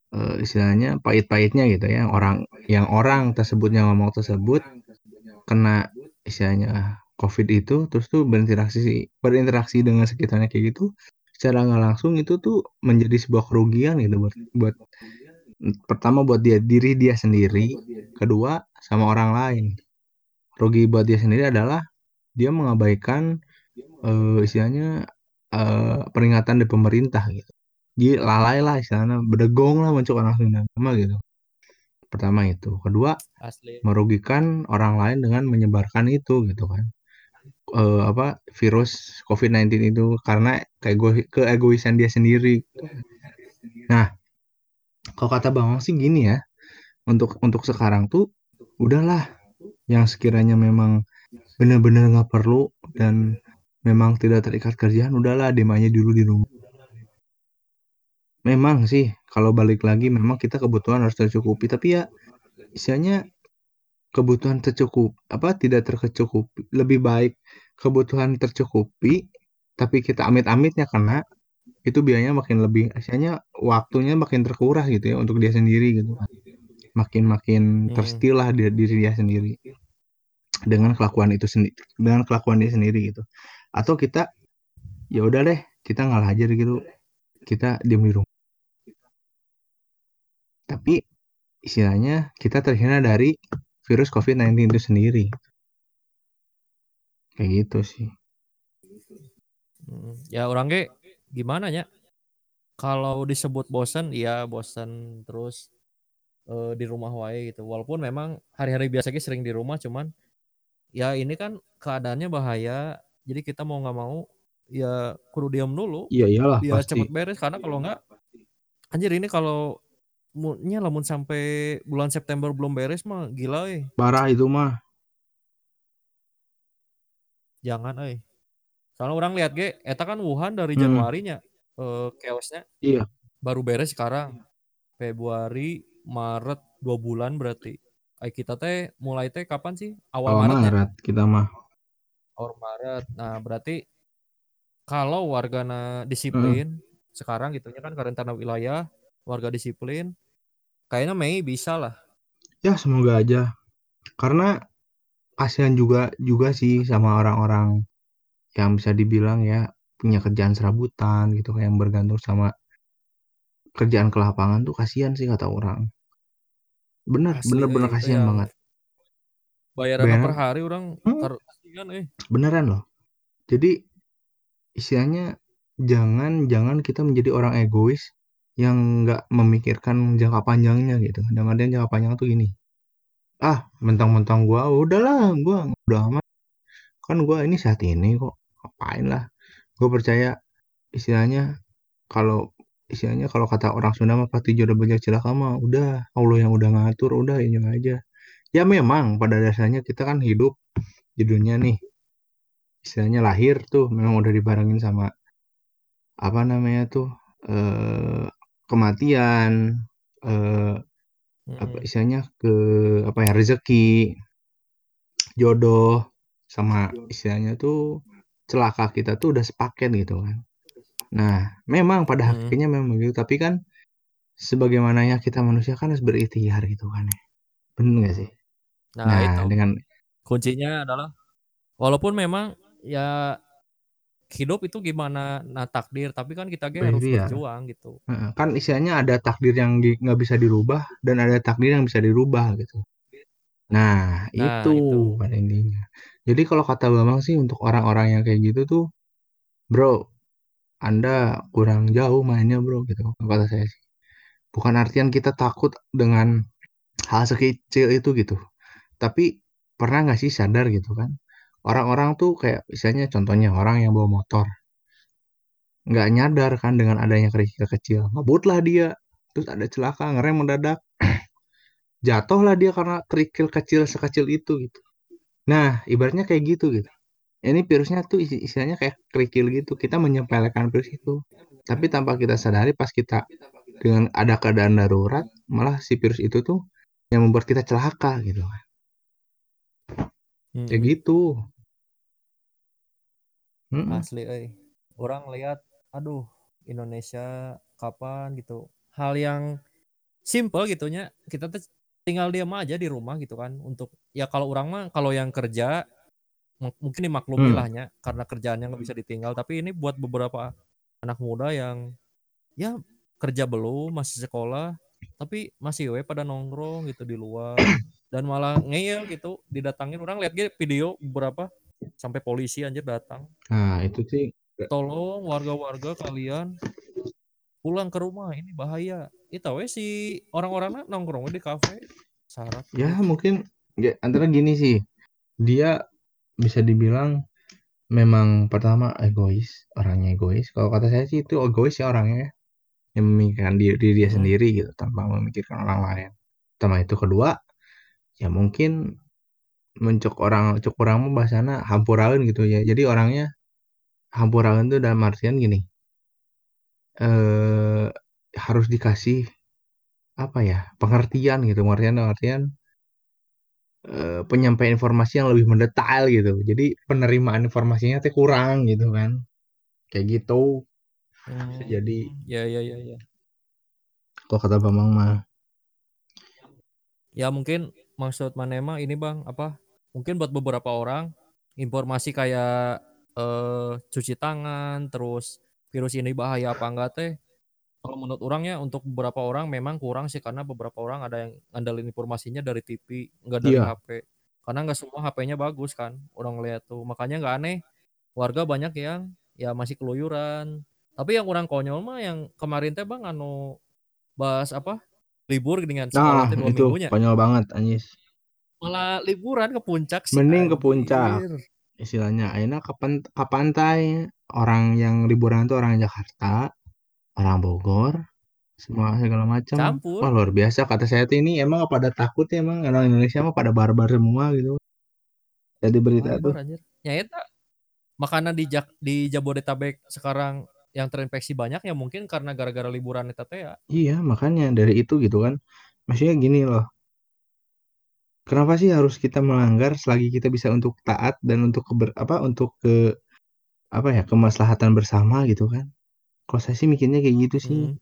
istilahnya pahit-pahitnya gitu ya, orang tersebut yang ngomong tersebut kena istilahnya COVID itu, terus tuh berinteraksi dengan sekitarnya kayak gitu, secara nggak langsung itu tuh menjadi sebuah kerugian gitu buat buat pertama buat diri dia sendiri, kedua sama orang lain. Rugi buat dia sendiri adalah dia mengabaikan istilahnya peringatan dari pemerintah gitu. Dia lalai lah istilahnya, berdegong lah masuk langsung nama gitu. Pertama itu. Kedua, Asli. merugikan orang lain dengan menyebarkan itu gitu kan. Apa virus COVID-19 itu karena keegoisan dia sendiri gitu. Nah, kalau kata Bang Wang sih gini ya, untuk sekarang tuh udahlah yang sekiranya memang benar-benar nggak perlu dan memang tidak terikat kerjaan udahlah diem aja dulu di rumah. Memang sih kalau balik lagi memang kita kebutuhan harus tercukupi tapi ya istilahnya kebutuhan tercukup apa tidak tercukupi lebih baik kebutuhan tercukupi tapi kita amit-amitnya kena itu biayanya makin lebih istilahnya waktunya makin terkuras gitu ya untuk dia sendiri gitu kan makin makin Hmm. terstilah diri dia sendiri dengan kelakuan itu sendiri dengan kelakuan dia sendiri gitu atau kita ya udah deh kita ngalah aja gitu kita diem di rumah tapi istilahnya kita terhina dari virus COVID-19 itu sendiri kayak gitu sih. Ya orang ge gimana ya? Kalau disebut bosan, iya bosan terus di rumah wae gitu. Walaupun memang hari-hari biasa ge sering di rumah, cuman ya ini kan keadaannya bahaya. Jadi kita mau nggak mau ya kudu diam dulu Iya iyalah biar pasti cepet beres karena kalau nggak anjir ini kalau lamun sampai bulan September belum beres mah gila parah itu mah. jangan soalnya orang lihat ge eta kan Wuhan dari Hmm, Januarinya chaosnya iya baru beres sekarang Februari Maret 2 bulan berarti kita teh mulai teh kapan sih awal awal Maretnya Maret kita mah. awal Maret nah berarti kalau wargana Hmm. disiplin sekarang gitunya kan karantina wilayah warga disiplin kayaknya Mei bisa lah. Ya semoga aja karena kasihan juga juga sih sama orang-orang yang bisa dibilang ya punya kerjaan serabutan gitu kayak yang bergantung sama kerjaan ke lapangan tuh kasihan sih kata orang bener Asli bener bener itu kasihan yang banget bayarannya per bayaran hari orang kasihan beneran loh jadi istilahnya jangan jangan kita menjadi orang egois yang nggak memikirkan jangka panjangnya gitu. Dan artian jangka panjang tuh gini, ah mentang-mentang gua udahlah gua udah amat kan gua ini saat ini kok ngapain lah. Gua percaya istilahnya kalau istilahnya kalau kata orang Sunda mah pati jodoh banyak cilaka mah udah Allah yang udah ngatur udah ini aja. Ya memang pada dasarnya kita kan hidup di dunia nih istilahnya lahir tuh memang udah dibarengin sama apa namanya tuh eh, kematian eh, apa Mm-mm. istilahnya ke apa ya rezeki jodoh sama istilahnya tuh celaka kita tuh udah sepaket gitu kan nah memang pada Mm-mm. hakikatnya memang begitu tapi kan sebagaimananya kita manusia kan harus berikhtiar gitu kan ya bener nggak sih Nah nah itu dengan kuncinya adalah walaupun memang ya hidup itu gimana nah takdir tapi kan kita ge harus berikhtiar berjuang gitu. kan istilahnya ada takdir yang nggak bisa dirubah dan ada takdir yang bisa dirubah gitu. Nah, itu Nah itu pada intinya. Jadi kalau kata Bambang sih untuk orang-orang yang kayak gitu tuh, bro, Anda kurang jauh mainnya bro gitu. Kata saya sih. Bukan artian kita takut dengan hal sekecil itu gitu. Tapi pernah nggak sih sadar gitu kan? Orang-orang tuh kayak misalnya contohnya orang yang bawa motor. Nggak nyadar kan dengan adanya kerikil kecil. Ngebutlah dia. Terus ada celaka, ngerem mendadak. Jatuhlah dia karena kerikil kecil sekecil itu gitu. Nah, ibaratnya kayak gitu gitu. Ini virusnya tuh istilahnya kayak kerikil gitu. Kita menyepelekan virus itu. Tapi tanpa kita sadari pas kita dengan ada keadaan darurat, malah si virus itu tuh yang membuat kita celaka gitu. Kayak mm-mm. gitu. Mm-mm. Asli orang lihat aduh Indonesia kapan gitu hal yang simple gitunya, kita tuh tinggal diam aja di rumah gitu kan, untuk ya kalau orang mah kalau yang kerja mungkin dimaklumi Hmm. lahnya karena kerjaannya nggak bisa ditinggal, tapi ini buat beberapa anak muda yang ya kerja belum, masih sekolah, tapi masih we pada nongkrong gitu di luar dan malah ngeyel gitu, didatangin. Orang lihat ge video beberapa sampai polisi anjir datang. Nah, itu sih Tolong warga-warga kalian pulang ke rumah, ini bahaya. Itu we si orang-orangnya nongkrong we di kafe. Syarat ya anjir. mungkin ya, antara gini sih. Dia bisa dibilang memang pertama egois, orangnya egois. Kalau kata saya sih itu egois ya orangnya ya, yang memikirkan diri dia Mm-mm. sendiri gitu tanpa memikirkan orang lain. Pertama itu, kedua ya mungkin cek orang mah bahasana hampuraeun gitu ya. Jadi orangnya hampuraeun tuh dalam artian gini, eh harus dikasih apa ya, pengertian gitu. Pengertian penyampaian informasi yang lebih mendetail gitu. Jadi penerimaan informasinya teh kurang gitu kan. Kayak gitu bisa jadi. Ya, ya, ya, ya. Kalau kata Bambang mah, Ya mungkin maksud Manema ini Bang, apa? Mungkin buat beberapa orang informasi kayak cuci tangan, terus virus ini bahaya apa enggak teh. Kalau menurut orangnya untuk beberapa orang memang kurang sih karena beberapa orang ada yang ngandelin informasinya dari TV, enggak dari iya. HP. Karena enggak semua HP-nya bagus kan, orang lihat tuh. Makanya enggak aneh warga banyak yang ya masih keluyuran. Tapi yang orang konyol mah yang kemarin teh Bang anu bahas apa? Libur dengan Nah, sekolah teh 2 itu minggunya. konyol banget anjis. Malah liburan ke puncak sih Mending ke puncak. anjir. Istilahnya ayeuna ke pantai. Orang yang liburan itu orang Jakarta, orang Bogor, semua segala macam. Wah, Campur. luar biasa kata saya tuh, ini emang pada takut ya, emang orang Indonesia mah pada barbar semua gitu. Jadi berita tuh. Barbar anjir. Ya eta makanan di Jabodetabek sekarang yang terinfeksi banyak ya mungkin karena gara-gara liburan eta teh ya. Iya, makanya dari itu gitu kan. Maksudnya gini loh. Kenapa sih harus kita melanggar selagi kita bisa untuk taat dan untuk untuk ke apa ya, kemaslahatan bersama gitu kan. Kalau saya sih mikirnya kayak gitu sih. Hmm.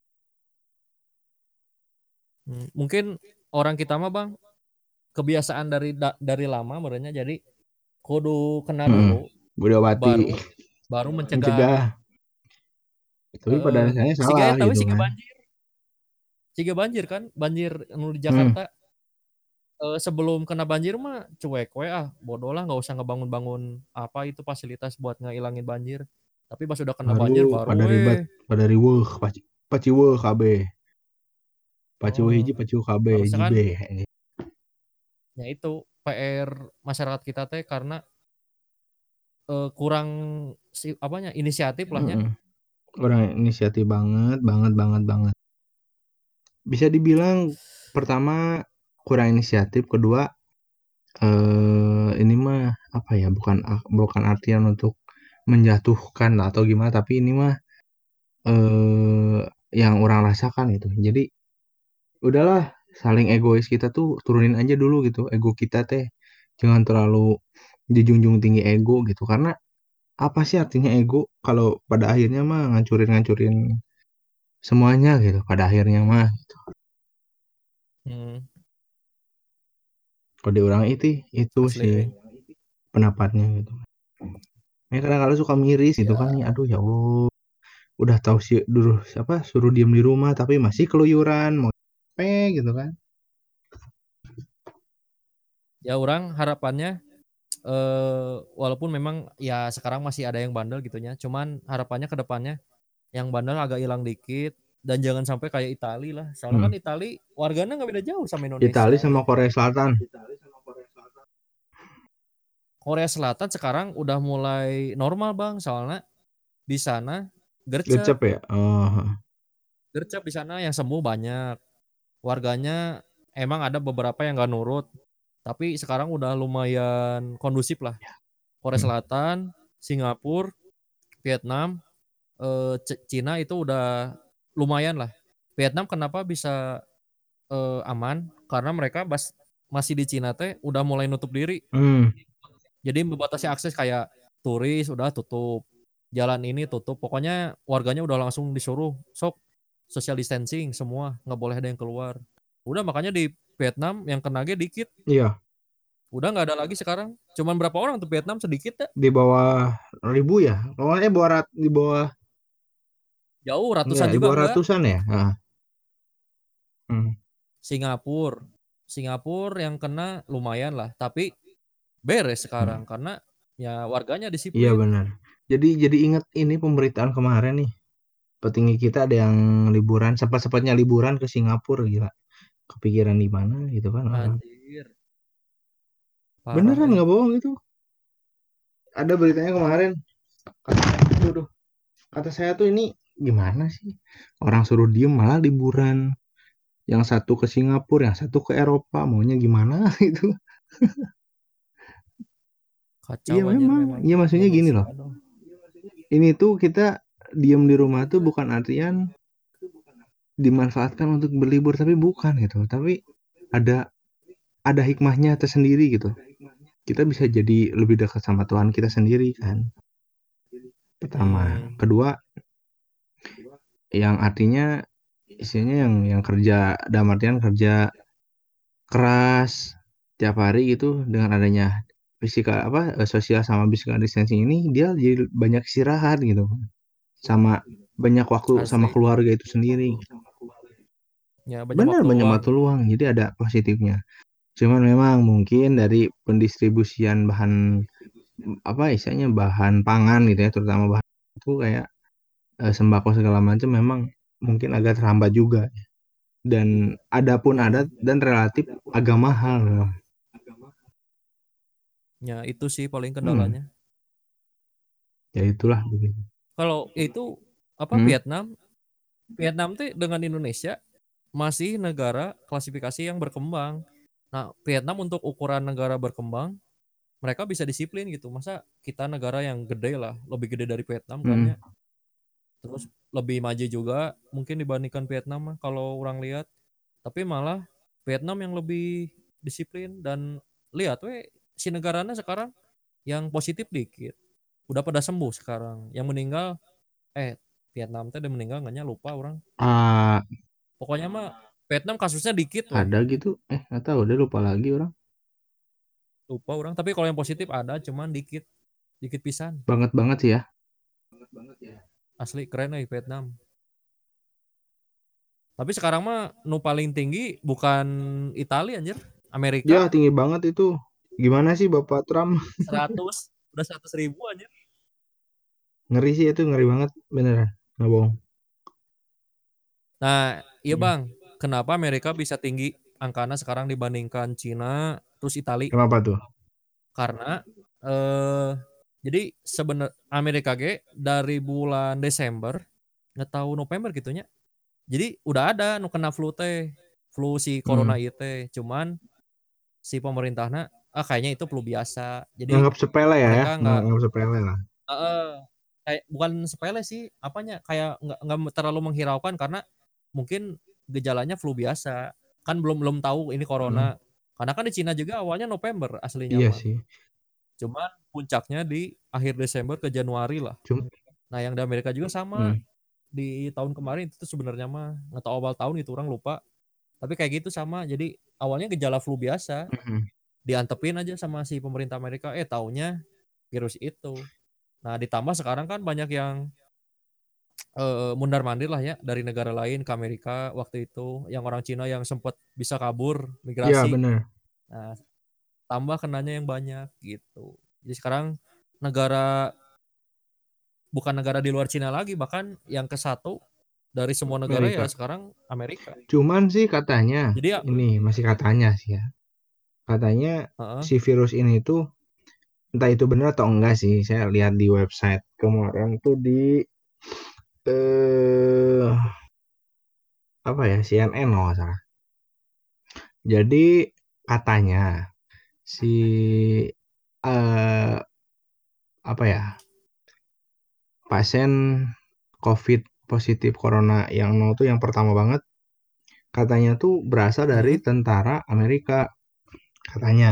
Mungkin orang kita mah Bang kebiasaan dari lama merenya jadi kudu kena Mm-mm. dulu Budawati baru baru mencegah. mencegah, tapi pada Heeh. dasarnya Siga salah eta we gitu kan. siga banjir kan, banjir anu di Hmm, Jakarta. Sebelum kena banjir mah cuek we ah, bodoh lah nggak usah ngebangun-bangun apa itu fasilitas buat ngilangin banjir. Tapi pas udah kena baru banjir pada baru ribet, pada riweuh, paciweuh kabeh, paciweuh oh, hiji paciweuh kabeh harusnya kan jibe. ya itu PR masyarakat kita teh karena kurang si apanya inisiatif lahnya. Mm-mm. Orang inisiatif banget, banget, banget, banget. Bisa dibilang pertama kurang inisiatif, kedua ini mah apa ya, bukan bukan artian untuk menjatuhkan atau gimana, tapi ini mah eh yang orang rasakan itu. Jadi udahlah, saling egois kita tuh turunin aja dulu gitu, ego kita teh jangan terlalu dijunjung tinggi ego gitu, karena apa sih artinya ego kalau pada akhirnya mah ngancurin semuanya gitu pada akhirnya mah. Hmm, Kalau di orang itu asli sih euy. pendapatnya gitu. Ya kadang-kadang suka miris gitu kan Ya, nih, aduh ya Allah, udah tahu sih dulu siapa suruh diem di rumah tapi masih keluyuran mau apa gitu kan. ya orang harapannya walaupun memang ya sekarang masih ada yang bandel gitunya, cuman harapannya ke depannya yang bandel agak hilang dikit dan jangan sampai kayak Itali lah. Soalnya Hmm. kan Itali warganya nggak beda jauh sama Italia Indonesia. sama Korea Selatan Korea Selatan sekarang udah mulai normal Bang, soalnya di sana gercep, gercep ya. Oh. gercep di sana yang sembuh banyak. Warganya emang ada beberapa yang nggak nurut, tapi sekarang udah lumayan kondusif lah. Korea Hmm. Selatan, Singapura, Vietnam, Cina itu udah lumayan lah. Vietnam kenapa bisa aman? Karena mereka masih di Cina teh udah mulai nutup diri. Hmm. Jadi membatasi akses kayak turis udah tutup. Jalan ini tutup. Pokoknya warganya udah langsung disuruh sok social distancing semua, nggak boleh ada yang keluar. Udah makanya di Vietnam yang kena dikit. Iya, Udah nggak ada lagi sekarang. Cuman berapa orang tuh Vietnam sedikit ya? di bawah 1.000 ya. Pokoknya di bawah Jauh enggak, ratusan di juga bawah enggak. ratusan ya. Nah, hmm. Singapura. Singapura yang kena lumayan lah, tapi beres sekarang Hmm. karena ya warganya Iya disiplin. benar. Jadi ingat ini pemberitaan kemarin nih. Petinggi kita ada yang liburan, sempat-sempatnya liburan ke Singapura, gila. Kepikiran di mana gitu kan orang. Anjir, parah Beneran eh. nggak bohong itu. Ada beritanya kemarin. Aduh, kata saya tuh ini gimana sih? Orang suruh diem malah liburan. Yang satu ke Singapura, yang satu ke Eropa, maunya gimana itu? Iya Kacau anjir memang, memang. iya maksudnya gini loh. Kemanusiaan dong. Ini tuh kita diem di rumah tuh bukan artian dimanfaatkan untuk berlibur, tapi bukan gitu. Tapi ada ada hikmahnya tersendiri gitu. Kita bisa jadi lebih dekat sama Tuhan kita sendiri kan. Pertama, Hmm, kedua, yang artinya isinya yang kerja dalam artian kerja keras tiap hari gitu dengan adanya fisikal sosial sama physical distancing ini dia jadi banyak istirahat gitu sama banyak waktu sama asli. keluarga itu sendiri. Ya banyak Benar waktu banyak luang. waktu luang, jadi ada positifnya. Cuman memang mungkin dari pendistribusian bahan istilahnya bahan pangan gitu ya, terutama bahan itu kayak sembako segala macam memang mungkin agak terhambat juga dan ada pun ada Hmm. dan relatif agak mahal memang. Ya itu sih paling Hmm, kendalanya. ya itulah begitu. Kalau itu apa Hmm, Vietnam? Vietnam tuh dengan Indonesia masih negara klasifikasi yang berkembang. Nah, Vietnam untuk ukuran negara berkembang, mereka bisa disiplin gitu. Masa kita negara yang gede lah, lebih gede dari Vietnam kan ya. hmm, Terus lebih maju juga mungkin dibandingkan Vietnam mah kalau orang lihat. Tapi malah Vietnam yang lebih disiplin dan lihat we si negaranya sekarang yang positif dikit. Udah pada sembuh sekarang. Yang meninggal Vietnam teh udah meninggal nggaknya lupa orang. ah, Pokoknya mah Vietnam kasusnya dikit weh. ada gitu nggak tahu udah lupa lagi orang. Lupa orang. Tapi kalau yang positif ada cuman dikit. Dikit pisan. Banget banget sih ya. Asli keren Vietnam. Tapi sekarang mah nu paling tinggi bukan Italia anjir. Ya Amerika tinggi banget itu. Gimana sih Bapak Trump? 100 udah 100.000 anjir. Ngeri sih itu, ngeri banget beneran, nggak bohong. Nah, iya Iya. Bang. Kenapa Amerika bisa tinggi angkanya sekarang dibandingkan Cina terus Italia? Kenapa tuh? Karena eh jadi sebenarnya Amerika dari bulan Desember nggak tahu November gitunya. Jadi udah ada nu kena flu si corona Hmm. itu. Cuman si pemerintahnya kayaknya itu flu biasa. Jadi Nganggap sepele ya, mereka nggak nganggap sepele lah. eh, kayak bukan sepele sih apanya kayak nggak terlalu menghiraukan karena mungkin gejalanya flu biasa kan belum belum tahu ini Hmm. corona karena kan di Cina juga awalnya November aslinya Iya mah sih. cuman puncaknya di akhir Desember ke Januari lah. Cuma, Nah yang di Amerika juga sama hmm. di tahun kemarin itu sebenarnya mah nggak tahu awal tahun itu orang lupa tapi kayak gitu sama jadi awalnya gejala flu biasa Hmm. diantepin aja sama si pemerintah Amerika taunya virus itu. Nah ditambah sekarang kan banyak yang mundar mandir lah ya dari negara lain ke Amerika waktu itu yang orang Cina yang sempat bisa kabur Ya migrasi. bener. Nah tambah kenanya yang banyak gitu. Jadi sekarang negara bukan negara di luar Cina lagi bahkan yang ke satu dari semua negara ya Amerika. sekarang Amerika. Cuman sih katanya, Jadi ya ini masih katanya sih ya. Katanya uh, si virus ini tuh entah itu benar atau enggak sih. Saya lihat di website kemarin tuh di eh apa ya, CNN loh nggak salah. Jadi katanya si eh apa ya, pasien COVID positif corona yang nol tuh yang pertama banget katanya tuh berasal dari tentara Amerika katanya.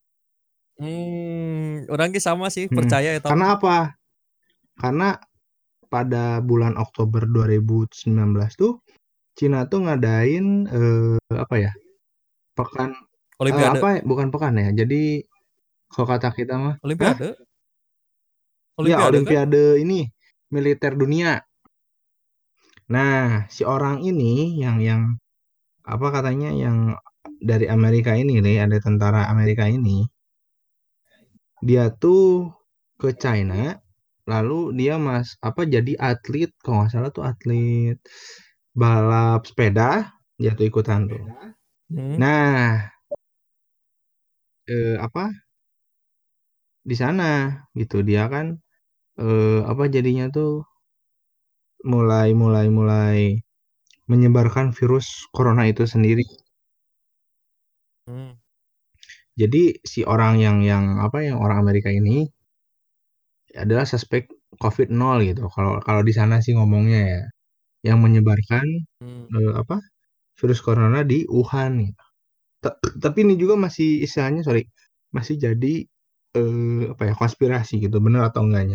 orang sama sih Hmm. percaya ya Karena mah. apa? Karena pada bulan Oktober 2019 tuh Cina tuh ngadain apa ya? Pekan apa Olimpiade. ya? Bukan pekan ya. Jadi kalau kata kita mah, hah? Olimpiade. Ya Olimpiade kan? Olimpiade ini militer dunia. Nah, si orang ini yang apa katanya yang dari Amerika ini nih, ada tentara Amerika ini, dia tuh ke China, lalu dia apa jadi atlet, kalau nggak salah tuh atlet balap sepeda, dia tuh ikutan tuh. Hmm. Nah, apa di sana gitu dia kan apa jadinya tuh mulai menyebarkan virus corona itu sendiri. Hmm. Jadi si orang yang apa yang orang Amerika ini adalah suspek COVID-0 gitu. Kalau kalau di sana sih ngomongnya ya, yang menyebarkan Hmm. apa virus corona di Wuhan gitu. Tapi ini juga masih istilahnya sorry masih jadi apa ya konspirasi gitu, bener atau enggaknya?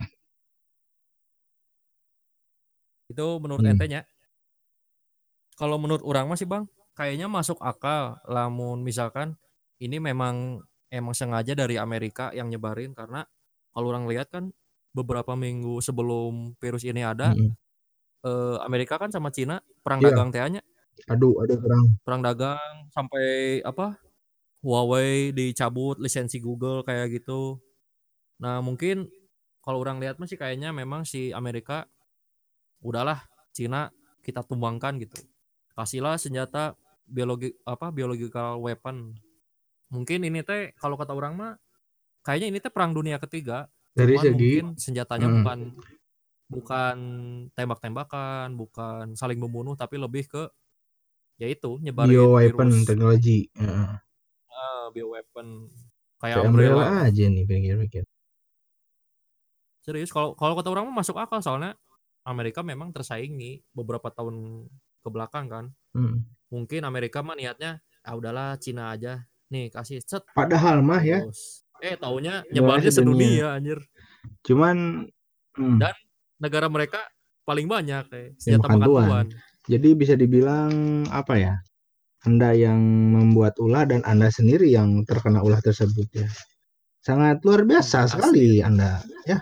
Itu menurut Hmm. entenya. Kalau menurut orang masih bang, kayaknya masuk akal. Lamun misalkan ini memang emang sengaja dari Amerika yang nyebarin karena kalau orang lihat kan beberapa minggu sebelum virus ini ada, Mm-mm. Amerika kan sama Cina perang Iya, dagang tehnya, ada perang. perang dagang sampai apa Huawei dicabut lisensi Google kayak gitu. Nah mungkin kalau orang lihat masih kayaknya memang si Amerika udahlah Cina kita tumbangkan gitu, kasihlah senjata biological weapon. Mungkin ini teh kalau kata orang mah kayaknya ini teh perang dunia ketiga, Dari cuman segi mungkin senjatanya mm, bukan bukan tembak-tembakan, bukan saling membunuh, tapi lebih ke yaitu nyebarin bioweapon virus. teknologi. Bioweapon kayak Kayak umbrella umbrella lah. aja nih pikir-pikir. Serius, kalau kalau kata orang mah masuk akal soalnya Amerika memang tersaingi beberapa tahun ke belakang kan. Mm. Mungkin Amerika mah niatnya ah udahlah Cina aja nih kasih set Padahal mah ya terus taunya dominasi nyebarnya dunia. sedunia anjir. Cuman Dan negara mereka paling banyak ya senjata makan makan tuan. tuan. Jadi bisa dibilang apa ya? Anda yang membuat ulah dan Anda sendiri yang terkena ulah tersebut ya. Sangat luar biasa Asli sekali itu. Anda ya.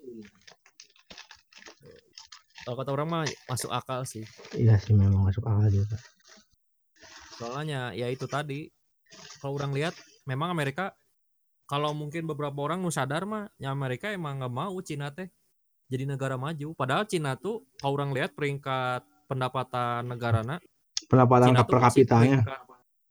Kalau kata orang mah masuk akal sih. Iya sih memang masuk akal juga. Soalnya ya itu tadi kalau orang lihat memang Amerika kalau mungkin beberapa orang nu sadar mah ya Amerika emang nggak mau Cina teh jadi negara maju. Padahal Cina tuh kalau orang lihat peringkat pendapatan negarana, Pendapatan Cina tuh per masih kapitanya. peringkat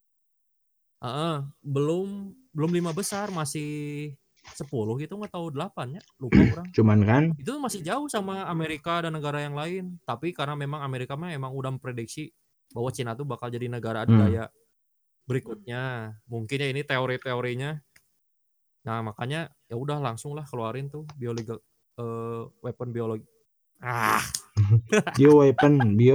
belum belum lima besar, masih 10 gitu nggak tahu 8 ya, lupa orang. Cuman kan Itu masih jauh sama Amerika dan negara yang lain. Tapi karena memang Amerika mah emang udah memprediksi bahwa Cina tuh bakal jadi negara hmm, adidaya berikutnya. Mungkin ya ini teori-teorinya. Nah, makanya ya udah langsung lah keluarin tuh biological weapon biologi. Ah, bio weapon,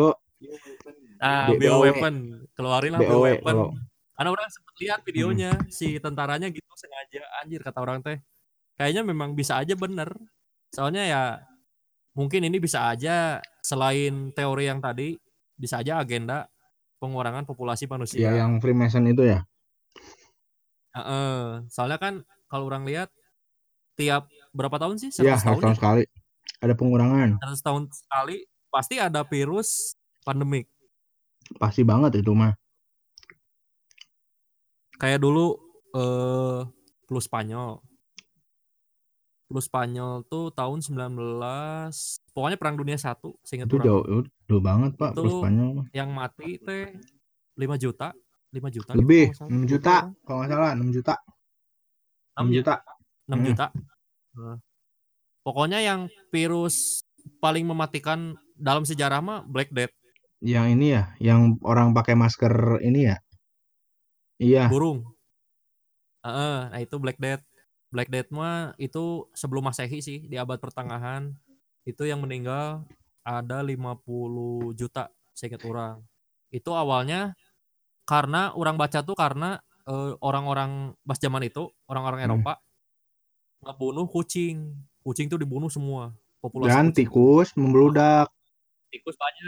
bio BOW, weapon, keluarin lah bio BOW kalau weapon. Karena orang sempat lihat hmm, videonya si tentaranya gitu sengaja anjir kata orang teh. Kayaknya memang bisa aja bener. Soalnya ya mungkin ini bisa aja selain teori yang tadi bisa aja agenda pengurangan populasi ya manusia. yang Freemason itu ya. Soalnya kan kalau orang lihat tiap berapa tahun sih? Ya, 100 harus tahun tahun ya? sekali ada pengurangan. 100 tahun sekali pasti ada virus pandemik. Pasti banget itu mah. Kayak dulu eh flu Spanyol. Flu Spanyol tuh tahun 19 pokoknya Perang Dunia Satu seingat Itu orang jauh, mah. jauh banget Pak, Itu plus Spanyol. yang mati teh 5 juta, 5 juta gitu Lebih, kalau nggak salah. 6 Lupa juta. orang. Kalau nggak salah 6 juta. 6 6 ya? juta. 6 Hmm. juta. Nah, pokoknya yang virus paling mematikan dalam sejarah mah Black Death, Yang ini ya, yang orang pakai masker ini ya. Iya. burung. Nah itu Black Death. Black Death mah itu sebelum Masehi sih di abad pertengahan. Itu yang meninggal ada 50 juta seingat orang. Itu awalnya karena orang baca tuh karena orang-orang pas zaman itu, orang-orang Hmm. Eropa ngebunuh kucing. Kucing tuh dibunuh semua, populasi Dan kucing tuh. tikus Wah, membludak. tikus banyak.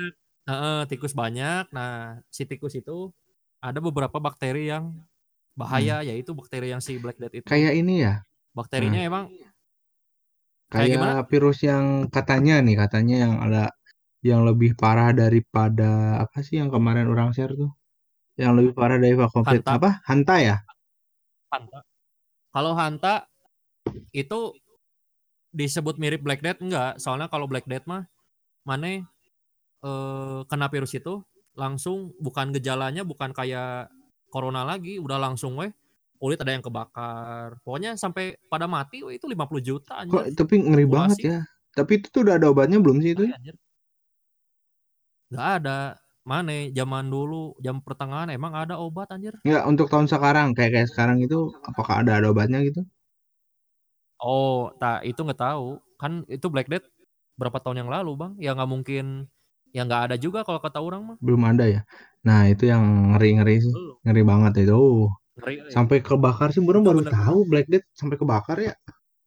tikus banyak. Nah, si tikus itu ada beberapa bakteri yang Hmm. bahaya, yaitu bakteri yang si Black Death itu. Kayak ini ya. Bakterinya Nah, emang kayak kayak gimana? virus yang katanya yang ada yang lebih parah daripada apa sih yang kemarin orang share tuh? Yang lebih parah dari COVID Hanta, apa? Hanta ya? hanta. Kalau hanta itu disebut mirip Black Death enggak? Soalnya kalau Black Death mah mana kena virus itu langsung bukan gejalanya bukan kayak corona lagi, udah langsung weh kulit ada yang kebakar. Pokoknya sampai pada mati weh, itu 50 juta Kok anjir. tapi ngeri banget Populasi ya. Tapi itu tuh udah ada obatnya belum sih itu? ngeri anjir. Gak ada. Mana zaman dulu, jam pertengahan emang ada obat anjir. Enggak, untuk tahun sekarang kayak kayak sekarang itu apakah ada obatnya gitu? Oh, tak itu nggak tahu. Kan itu Black Death berapa tahun yang lalu, Bang? Ya nggak mungkin ya nggak ada juga kalau kata orang mah. Belum ada ya. Nah, itu yang ngeri-ngeri sih. Belum. Ngeri banget itu. Ngeri. Sampai kebakar sih, Burung Itu baru bener-bener tahu Black Death sampai kebakar ya.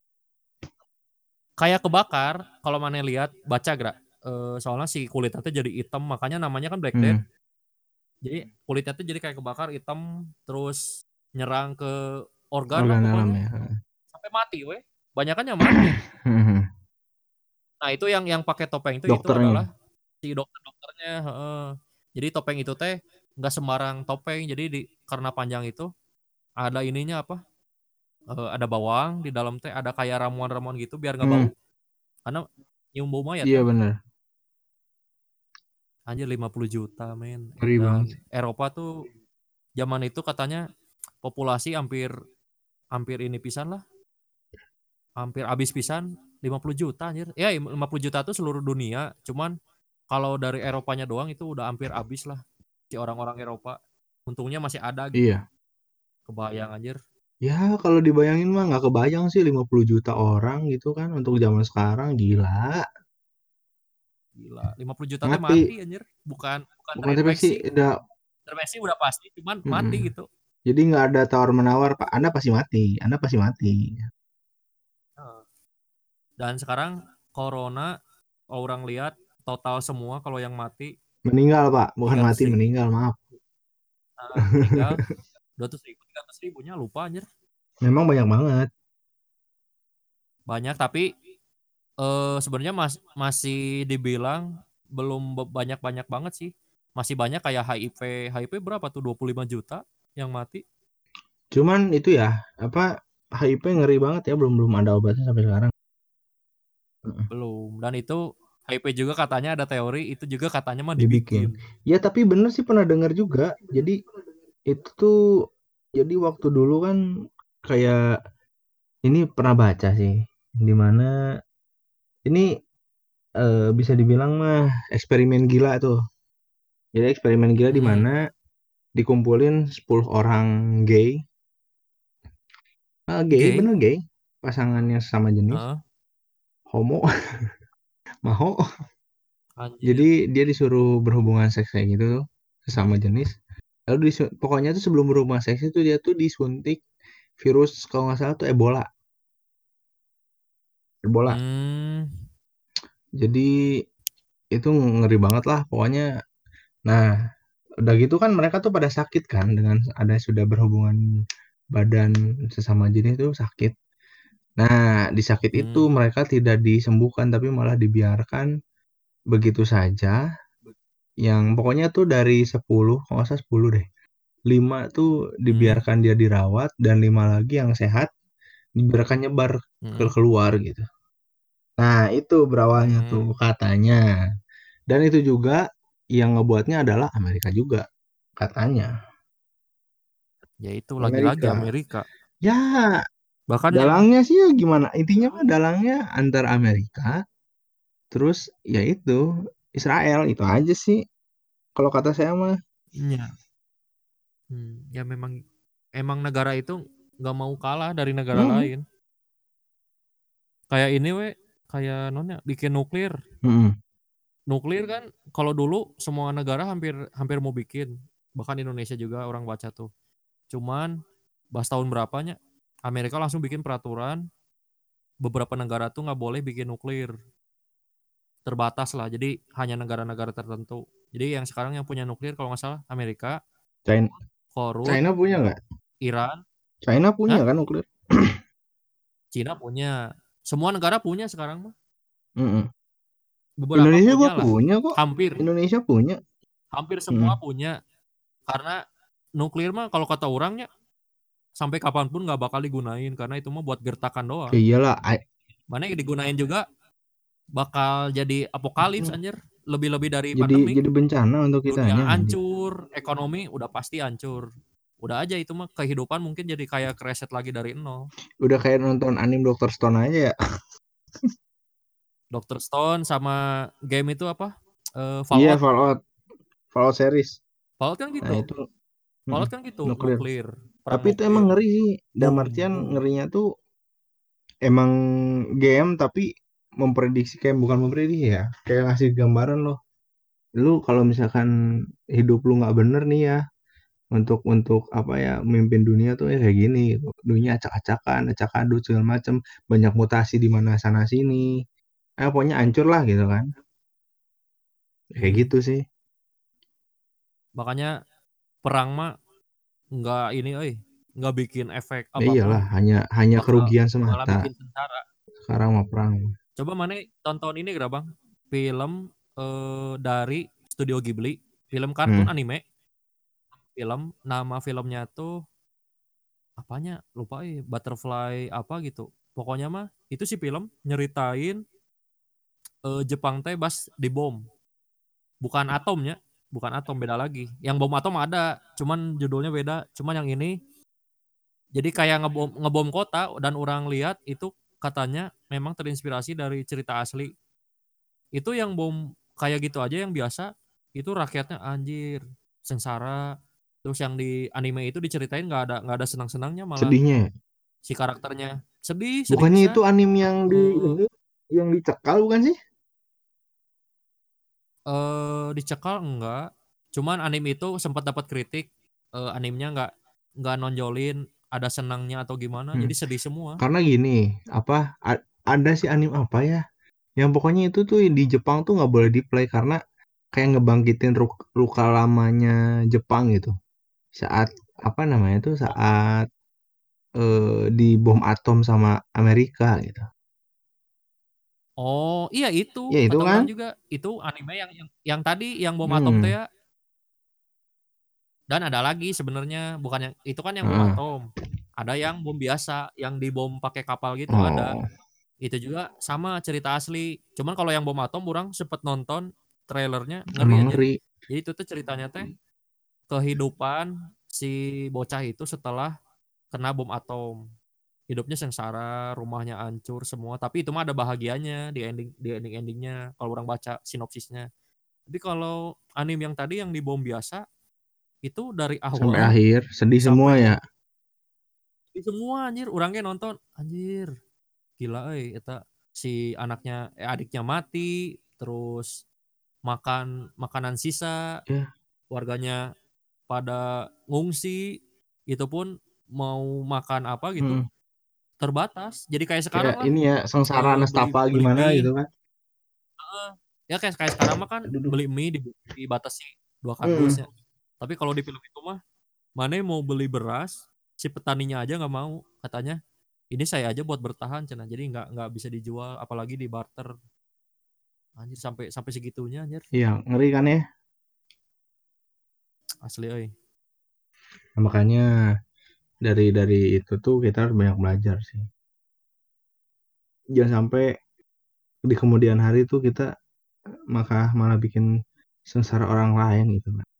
kayak kebakar kalau mana lihat baca gerak. Soalnya si kulitnya tuh jadi hitam makanya namanya kan Black Death. Hmm, Jadi kulitnya tuh jadi kayak kebakar hitam terus nyerang ke organ lah organ dalam pokoknya ya. sampai mati weh. Banyak kan yang mati. Hmm, Nah, itu yang pakai topeng itu adalah dokternya. si dokter-dokternya, heeh. Jadi topeng itu teh nggak sembarang topeng. Jadi karena panjang itu ada ininya apa? Ada bawang di dalam teh, ada kayak ramuan-ramuan gitu biar nggak Hmm, bau. Karena nyium bau mayat iya kan. bener. Anjir 50 juta men. Ngeri banget Dan sih. Eropa tuh zaman itu katanya populasi hampir hampir ini pisan lah, hampir habis pisan 50 juta anjir. Ya 50 juta tuh seluruh dunia, cuman kalau dari Eropanya doang itu udah hampir habis lah si orang-orang Eropa. Untungnya masih ada gitu. Iya. Kebayang anjir. Ya, kalau dibayangin mah nggak kebayang sih 50 juta orang gitu kan untuk zaman sekarang gila. Gila. 50 juta teh Mati. mati anjir. Bukan bukan Bukan TP sih terinfeksi. udah. Terinfeksi udah pasti, cuman Mm-mm. mati gitu. Jadi nggak ada tawar menawar Pak. Anda pasti mati. Anda pasti mati. Heeh. Dan sekarang corona orang lihat total semua kalau yang mati Meninggal Pak, bukan 300 mati ribu. meninggal maaf. Meninggal 200 ribu 300 ribunya lupa anjir. Memang banyak banget. Banyak tapi sebenarnya masih dibilang belum banyak-banyak banget sih. Masih banyak kayak HIV. HIV berapa tuh 25 juta yang mati? Cuman itu ya apa HIV ngeri banget ya belum belum ada obatnya sampai sekarang. Mm-mm. Belum. Dan itu HIV juga katanya ada teori itu juga katanya mah Dibikin. dibikin. Ya tapi bener sih pernah dengar juga. Jadi itu tuh jadi waktu dulu kan kayak ini pernah baca sih di mana ini bisa dibilang mah eksperimen gila tuh. Jadi eksperimen gila di Mm-mm. mana dikumpulin 10 orang gay. Gay Gay. bener gay. Pasangannya sama jenis. Heeh. Homo. Maho. Jadi Anjir. dia disuruh berhubungan seks kayak gitu tuh. Sesama jenis. Lalu pokoknya tuh sebelum berhubungan seks itu dia tuh disuntik virus kalau nggak salah tuh Ebola. Ebola. Hmm. Jadi itu ngeri banget lah pokoknya. Nah, udah gitu kan mereka tuh pada sakit kan dengan ada sudah berhubungan badan sesama jenis itu sakit. Nah, di sakit itu Hmm. mereka tidak disembuhkan tapi malah dibiarkan begitu saja. Yang pokoknya tuh dari 10, kalau nggak salah 10 deh. 5 tuh Hmm. dibiarkan dia dirawat dan 5 lagi yang sehat dibiarkan nyebar ke Hmm. keluar gitu. Nah, itu berawalnya tuh Hmm. katanya. Dan itu juga yang ngebuatnya adalah Amerika juga katanya. Ya itu lagi-lagi Amerika. Amerika. Ya, Bahkan yang dalangnya sih ya gimana? Intinya mah dalangnya antar Amerika, terus ya itu Israel itu aja sih. Kalau kata saya mah, ya, ya memang emang negara itu nggak mau kalah dari negara hmm, lain. Kayak ini we, kayak nonnya bikin nuklir. hmm, Nuklir kan kalau dulu semua negara hampir hampir mau bikin. Bahkan Indonesia juga orang baca tuh. Cuman bahas tahun berapanya Amerika langsung bikin peraturan beberapa negara tuh nggak boleh bikin nuklir. Terbatas lah. Jadi hanya negara-negara tertentu. Jadi yang sekarang yang punya nuklir kalau nggak salah Amerika, China, Korut, China punya nggak? Iran, China punya Hah? kan nuklir? Cina punya. Semua negara punya sekarang mah. Mm-mm. Beberapa Indonesia punya gua lah. punya kok. Hampir, Indonesia punya. hampir semua Mm. punya. Karena nuklir mah kalau kata orangnya sampai kapanpun nggak bakal digunain karena itu mah buat gertakan Ya doang. iyalah. Mana yang digunain juga bakal jadi apokalips Mm. anjir. Lebih-lebih dari Jadi pandemi. jadi bencana untuk Dunia kitanya anjir. hancur, ekonomi udah pasti hancur. Udah aja itu mah kehidupan mungkin jadi kayak kereset lagi dari nol. Udah kayak nonton anime Dr. Stone aja ya. Dr. Stone sama game itu apa? Iya, Fallout. Fallout series. Fallout kan Nah gitu. itu mm, Fallout kan gitu, nuklir. nuklir, perang Tapi itu emang nuklir. ngeri sih. Dalam Boom, artian boom. ngerinya tuh emang game tapi memprediksi, kayak bukan memprediksi ya. Kayak ngasih gambaran loh. Lu kalau misalkan hidup lu nggak bener nih ya, untuk apa ya, memimpin dunia tuh ya kayak gini gitu. Dunia acak-acakan, acak-adut segala macem, banyak mutasi di mana sana sini. Pokoknya hancur lah gitu kan. Kayak Mm-mm. gitu sih. Makanya perang mah nggak ini, nggak bikin efek Ya apapun, iyalah, hanya bakal kerugian malah semata. bikin sengsara. Sekarang mah perang. Coba mana tonton ini gak bang? Film dari Studio Ghibli, film kartun Hmm. anime, nama filmnya tuh apanya lupa Butterfly apa gitu. Pokoknya mah itu si film nyeritain Jepang teh bas di bom, bukan atomnya, bukan atom, beda lagi. Yang bom atom ada, cuman judulnya beda. Cuman yang ini jadi kayak ngebom kota dan orang lihat itu katanya memang terinspirasi dari cerita asli. Itu yang bom kayak gitu aja yang biasa itu rakyatnya anjir sengsara. Terus yang di anime itu diceritain nggak ada senang-senangnya, malah Sedihnya ya. si karakternya sedih sedih Bukannya itu pisan. anime yang di eh ini, yang dicekal bukan sih? Dicekal enggak, cuman anime itu sempat dapat kritik, animenya nggak nonjolin ada senangnya atau gimana, Hmm. jadi sedih semua. Karena gini, apa, ada sih anime apa ya? Yang pokoknya itu tuh di Jepang tuh nggak boleh di play karena kayak ngebangkitin luka lamanya Jepang gitu. Saat apa namanya tuh, saat di bom atom sama Amerika gitu. Oh iya, itu Ya itu kata kan? orang juga itu anime yang tadi yang bom atom teh Hmm. ya. Dan ada lagi sebenarnya, bukan yang itu kan yang bom Heeh. atom. Ada yang bom biasa, yang dibom pakai kapal gitu ada. Oh, Itu juga sama cerita asli. Cuman kalau yang bom atom orang sempet nonton trailernya ngeri emang anjir. ngeri. Jadi itu tuh ceritanya teh kehidupan si bocah itu setelah kena bom atom. Hidupnya sengsara, rumahnya hancur semua. Tapi itu mah ada bahagianya di endingnya kalau orang baca sinopsisnya. Tapi kalau anime yang tadi yang di bom biasa itu dari Sampai awal akhir sedih semua ya. sampai di semua anjir orangnya nonton anjir gila eta si anaknya adiknya mati, terus makan makanan sisa, Ya. warganya pada ngungsi, itu pun mau makan apa gitu Mm. terbatas, jadi kayak Kayak sekarang lah, ini ya, sengsara beli nestapa beli gimana mie. gitu kan. Ya kayak kayak sekarang mah kan Aduh, duh. beli mie dibatasi 2 kardusnya. Mm. Tapi kalau di film itu mah mana mau beli beras, si petaninya aja nggak mau, katanya ini saya aja buat bertahan cina, jadi nggak bisa dijual apalagi di barter. Anjir sampai sampai segitunya anjir. Iya, ngeri kan ya. Asli euy. Nah, makanya dari itu tuh kita harus banyak belajar sih. Jangan sampai di kemudian hari tuh kita maka malah bikin sengsara orang lain gitu kan.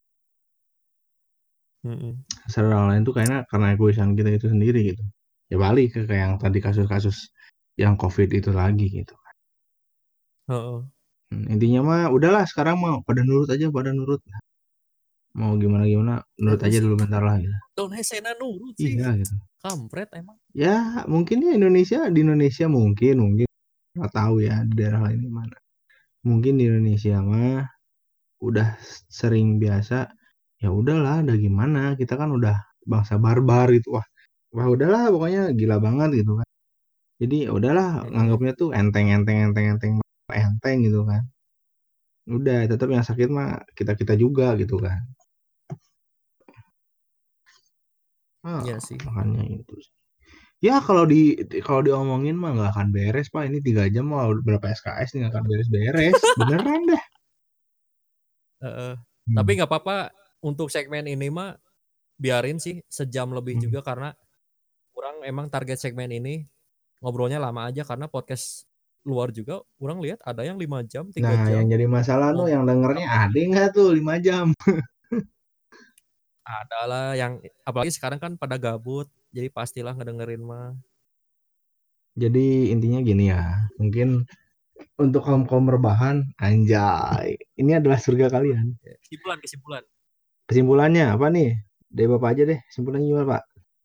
Heeh. Sengsara orang lain tuh karena egoisan kita itu sendiri gitu. Ya balik ke kayak yang tadi kasus-kasus yang COVID itu lagi gitu. Heeh. Intinya mah udahlah, sekarang mah pada nurut aja, pada nurut. Mau gimana gimana, nurut Itu aja sih dulu bentar lah gitu. Don Hesena nurut sih. Iya gitu. Kampret emang. Ya mungkin ya di Indonesia mungkin nggak tahu ya di daerah lain gimana. Mungkin di Indonesia mah udah sering biasa, ya udahlah, udah gimana, kita kan udah bangsa barbar gitu. Wah udahlah, pokoknya gila banget gitu kan. Jadi ya udahlah, Heeh. nganggapnya tuh enteng enteng enteng enteng enteng gitu kan. udah tetap yang sakit mah kita-kita juga gitu kan. Ah, Iya sih. makanya itu sih. Ya kalau diomongin mah nggak akan beres Pak. Ini 3 jam mau berapa SKS nih nggak akan beres-beres. Beneran dah. Heeh. Tapi Hmm. nggak apa-apa untuk segmen ini mah biarin sih sejam lebih Hmm. juga karena kurang emang target segmen ini ngobrolnya lama aja karena podcast luar juga orang lihat ada yang 5 jam, tiga Nah, yang jam jadi masalah tuh yang ngobrol dengernya tapi ada nggak tuh 5 jam? adalah yang apalagi sekarang kan pada gabut jadi pastilah ngedengerin mah. Jadi intinya gini ya, mungkin untuk kaum kaum rebahan, anjay, ini adalah surga kalian. Kesimpulan kesimpulan. Kesimpulannya apa nih? Dari Bapak aja deh, kesimpulannya gimana Pak?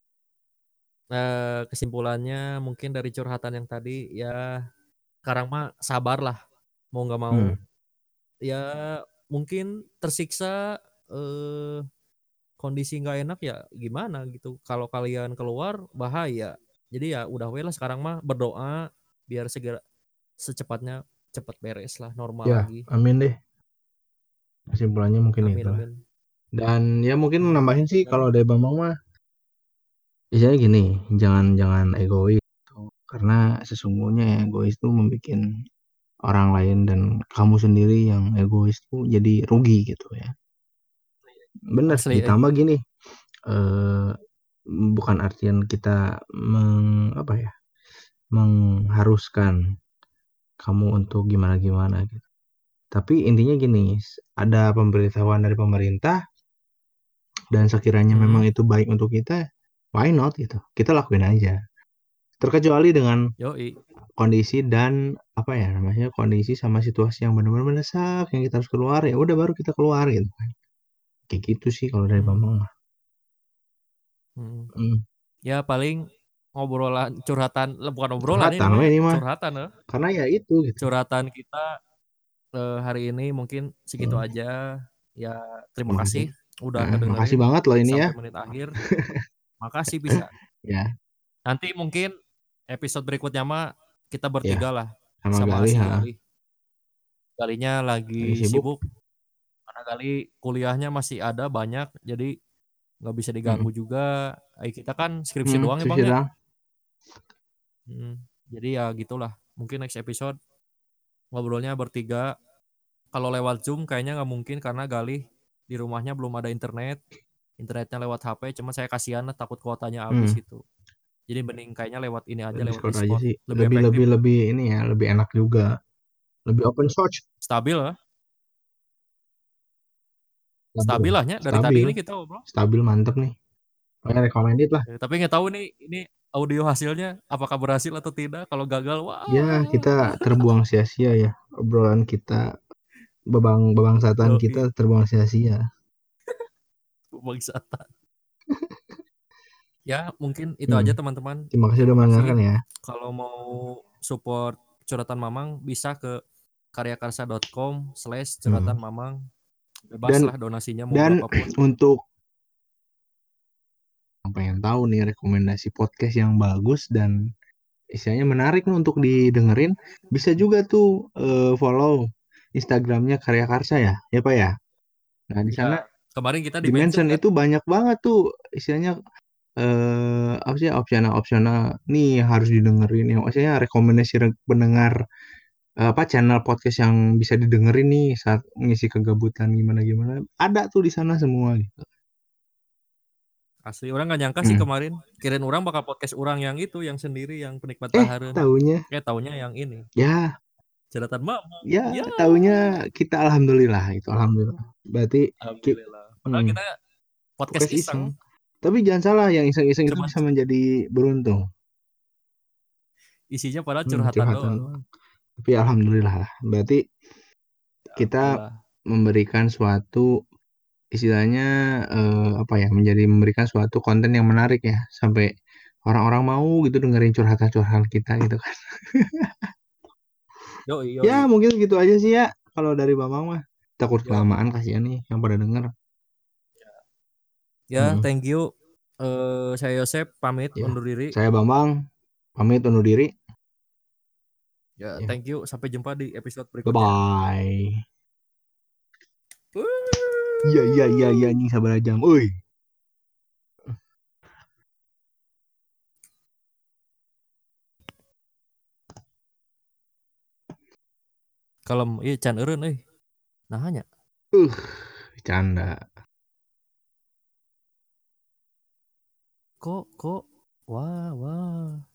Kesimpulannya mungkin dari curhatan yang tadi ya sekarang mah sabar lah mau nggak mau Hmm, ya mungkin tersiksa kondisi nggak enak ya gimana gitu kalau kalian keluar bahaya jadi ya udah we lah sekarang mah berdoa biar segera secepatnya cepat beres lah normal ya, lagi. amin deh. Kesimpulannya mungkin Amin itu lah. amin. Dan ya mungkin Hmm. nambahin sih kalau Dan dari Bambang mah, istilahnya gini, jangan jangan egois. Karena sesungguhnya egois itu membuat orang lain dan kamu sendiri yang egois tuh jadi rugi gitu ya. Bener, asli ditambah gini, eh, bukan artian kita apa ya, mengharuskan kamu untuk gimana-gimana gitu. Tapi intinya gini, ada pemberitahuan dari pemerintah dan sekiranya memang hmm. itu baik untuk kita, why not gitu. Kita lakuin aja. Terkecuali dengan Yoi. kondisi dan apa ya namanya kondisi sama situasi yang benar-benar mendesak yang kita harus keluar ya udah baru kita keluar gitu kan. Kayak gitu sih kalau dari Hmm. Bambang mah. Hmm. Hmm. Ya paling ngobrolan curhatan bukan obrolan ini Curhatan weh namanya ini mah. curhatan Karena ya itu gitu. curhatan kita hari ini mungkin segitu Hmm. aja. Ya, terima Terima kasih. kasih udah Nah, makasih ngedengerin banget loh ini ya. sampai menit akhir. Makasih bisa. Ya, Nanti mungkin episode berikutnya mah kita ya, bertiga lah sama sama Gali, si ha. Galih. Galinya Lagi lagi sibuk. sibuk karena Gali kuliahnya masih ada banyak jadi nggak bisa Hmm. diganggu juga. Kita kan skripsi doang ya Sushi Bang ya. dong. Jadi ya gitulah. Mungkin next episode ngobrolnya bertiga. Kalau lewat Zoom kayaknya nggak mungkin karena Galih di rumahnya belum ada internet. Internetnya lewat HP, cuma saya kasihan lah takut kuotanya habis Hmm. gitu. Jadi mending kayaknya lewat ini aja lewat Discord aja Discord. sih. Lebih Lebih efektif, lebih lebih ini ya, lebih enak juga. Lebih open source. stabil lah. Stabil. Stabil lahnya dari tadi Stabil. ini kita ngobrol. Stabil mantep nih. Pokoknya recommended lah. Tapi nggak tahu nih ini audio hasilnya apakah berhasil atau tidak. Kalau gagal, Ya, kita wah. terbuang sia-sia ya. Obrolan kita, babangsatan kita Yoi, terbuang sia-sia. bangsat. Ya, mungkin itu Hmm. aja teman-teman. Terima kasih udah Terima mendengarkan kasih. ya. Kalau mau support curhatan Mamang bisa ke karyakarsa.com/curhatan Hmm. Mamang. Bebas Dan lah donasinya mau dan berapapun. untuk yang pengen tahu nih rekomendasi podcast yang bagus dan istilahnya menarik nih untuk didengerin, bisa juga tuh follow Instagramnya Karya Karsa ya, ya Pak ya. Nah di Ya, sana kemarin kita di di-mention mention kan. itu banyak banget tuh istilahnya apa sih opsional-opsional nih yang harus didengerin yang maksudnya rekomendasi pendengar apa channel podcast yang bisa didengerin nih saat ngisi kegabutan gimana gimana ada tuh di sana semua gitu. Asli orang gak nyangka sih Hmm. kemarin. Kirain orang bakal podcast orang yang itu, yang sendiri, yang penikmat dahareun. Taunya Kayak taunya yang ini. ya Curhatan Mamang. ya Ya, taunya kita alhamdulillah itu alhamdulillah berarti ki- alhamdulillah. Padahal hmm, kita podcast podcast iseng. iseng tapi jangan salah yang iseng-iseng itu Cuman bisa menjadi beruntung. isinya padahal curhatan Curhatan doang. doang tapi alhamdulillah lah berarti kita Alhamdulillah. memberikan suatu istilahnya apa ya memberikan suatu konten yang menarik ya sampai orang-orang mau gitu dengerin curhatan-curhatan kita gitu kan. Yoi, Ya yoi. mungkin gitu aja sih ya kalau dari Bambang mah takut Yo. kelamaan kasihan nih yang pada denger. Ya, Mm, thank you. Saya Yosep pamit ya undur diri. saya Bambang pamit undur diri Ya, ya thank you. Sampai jumpa di episode bye berikutnya. bye. Iya iya iya iya anjing sabar jam. Euy. Kalem ieu can eureun euy. Naha nya? Uh, canda. Kok wah wah.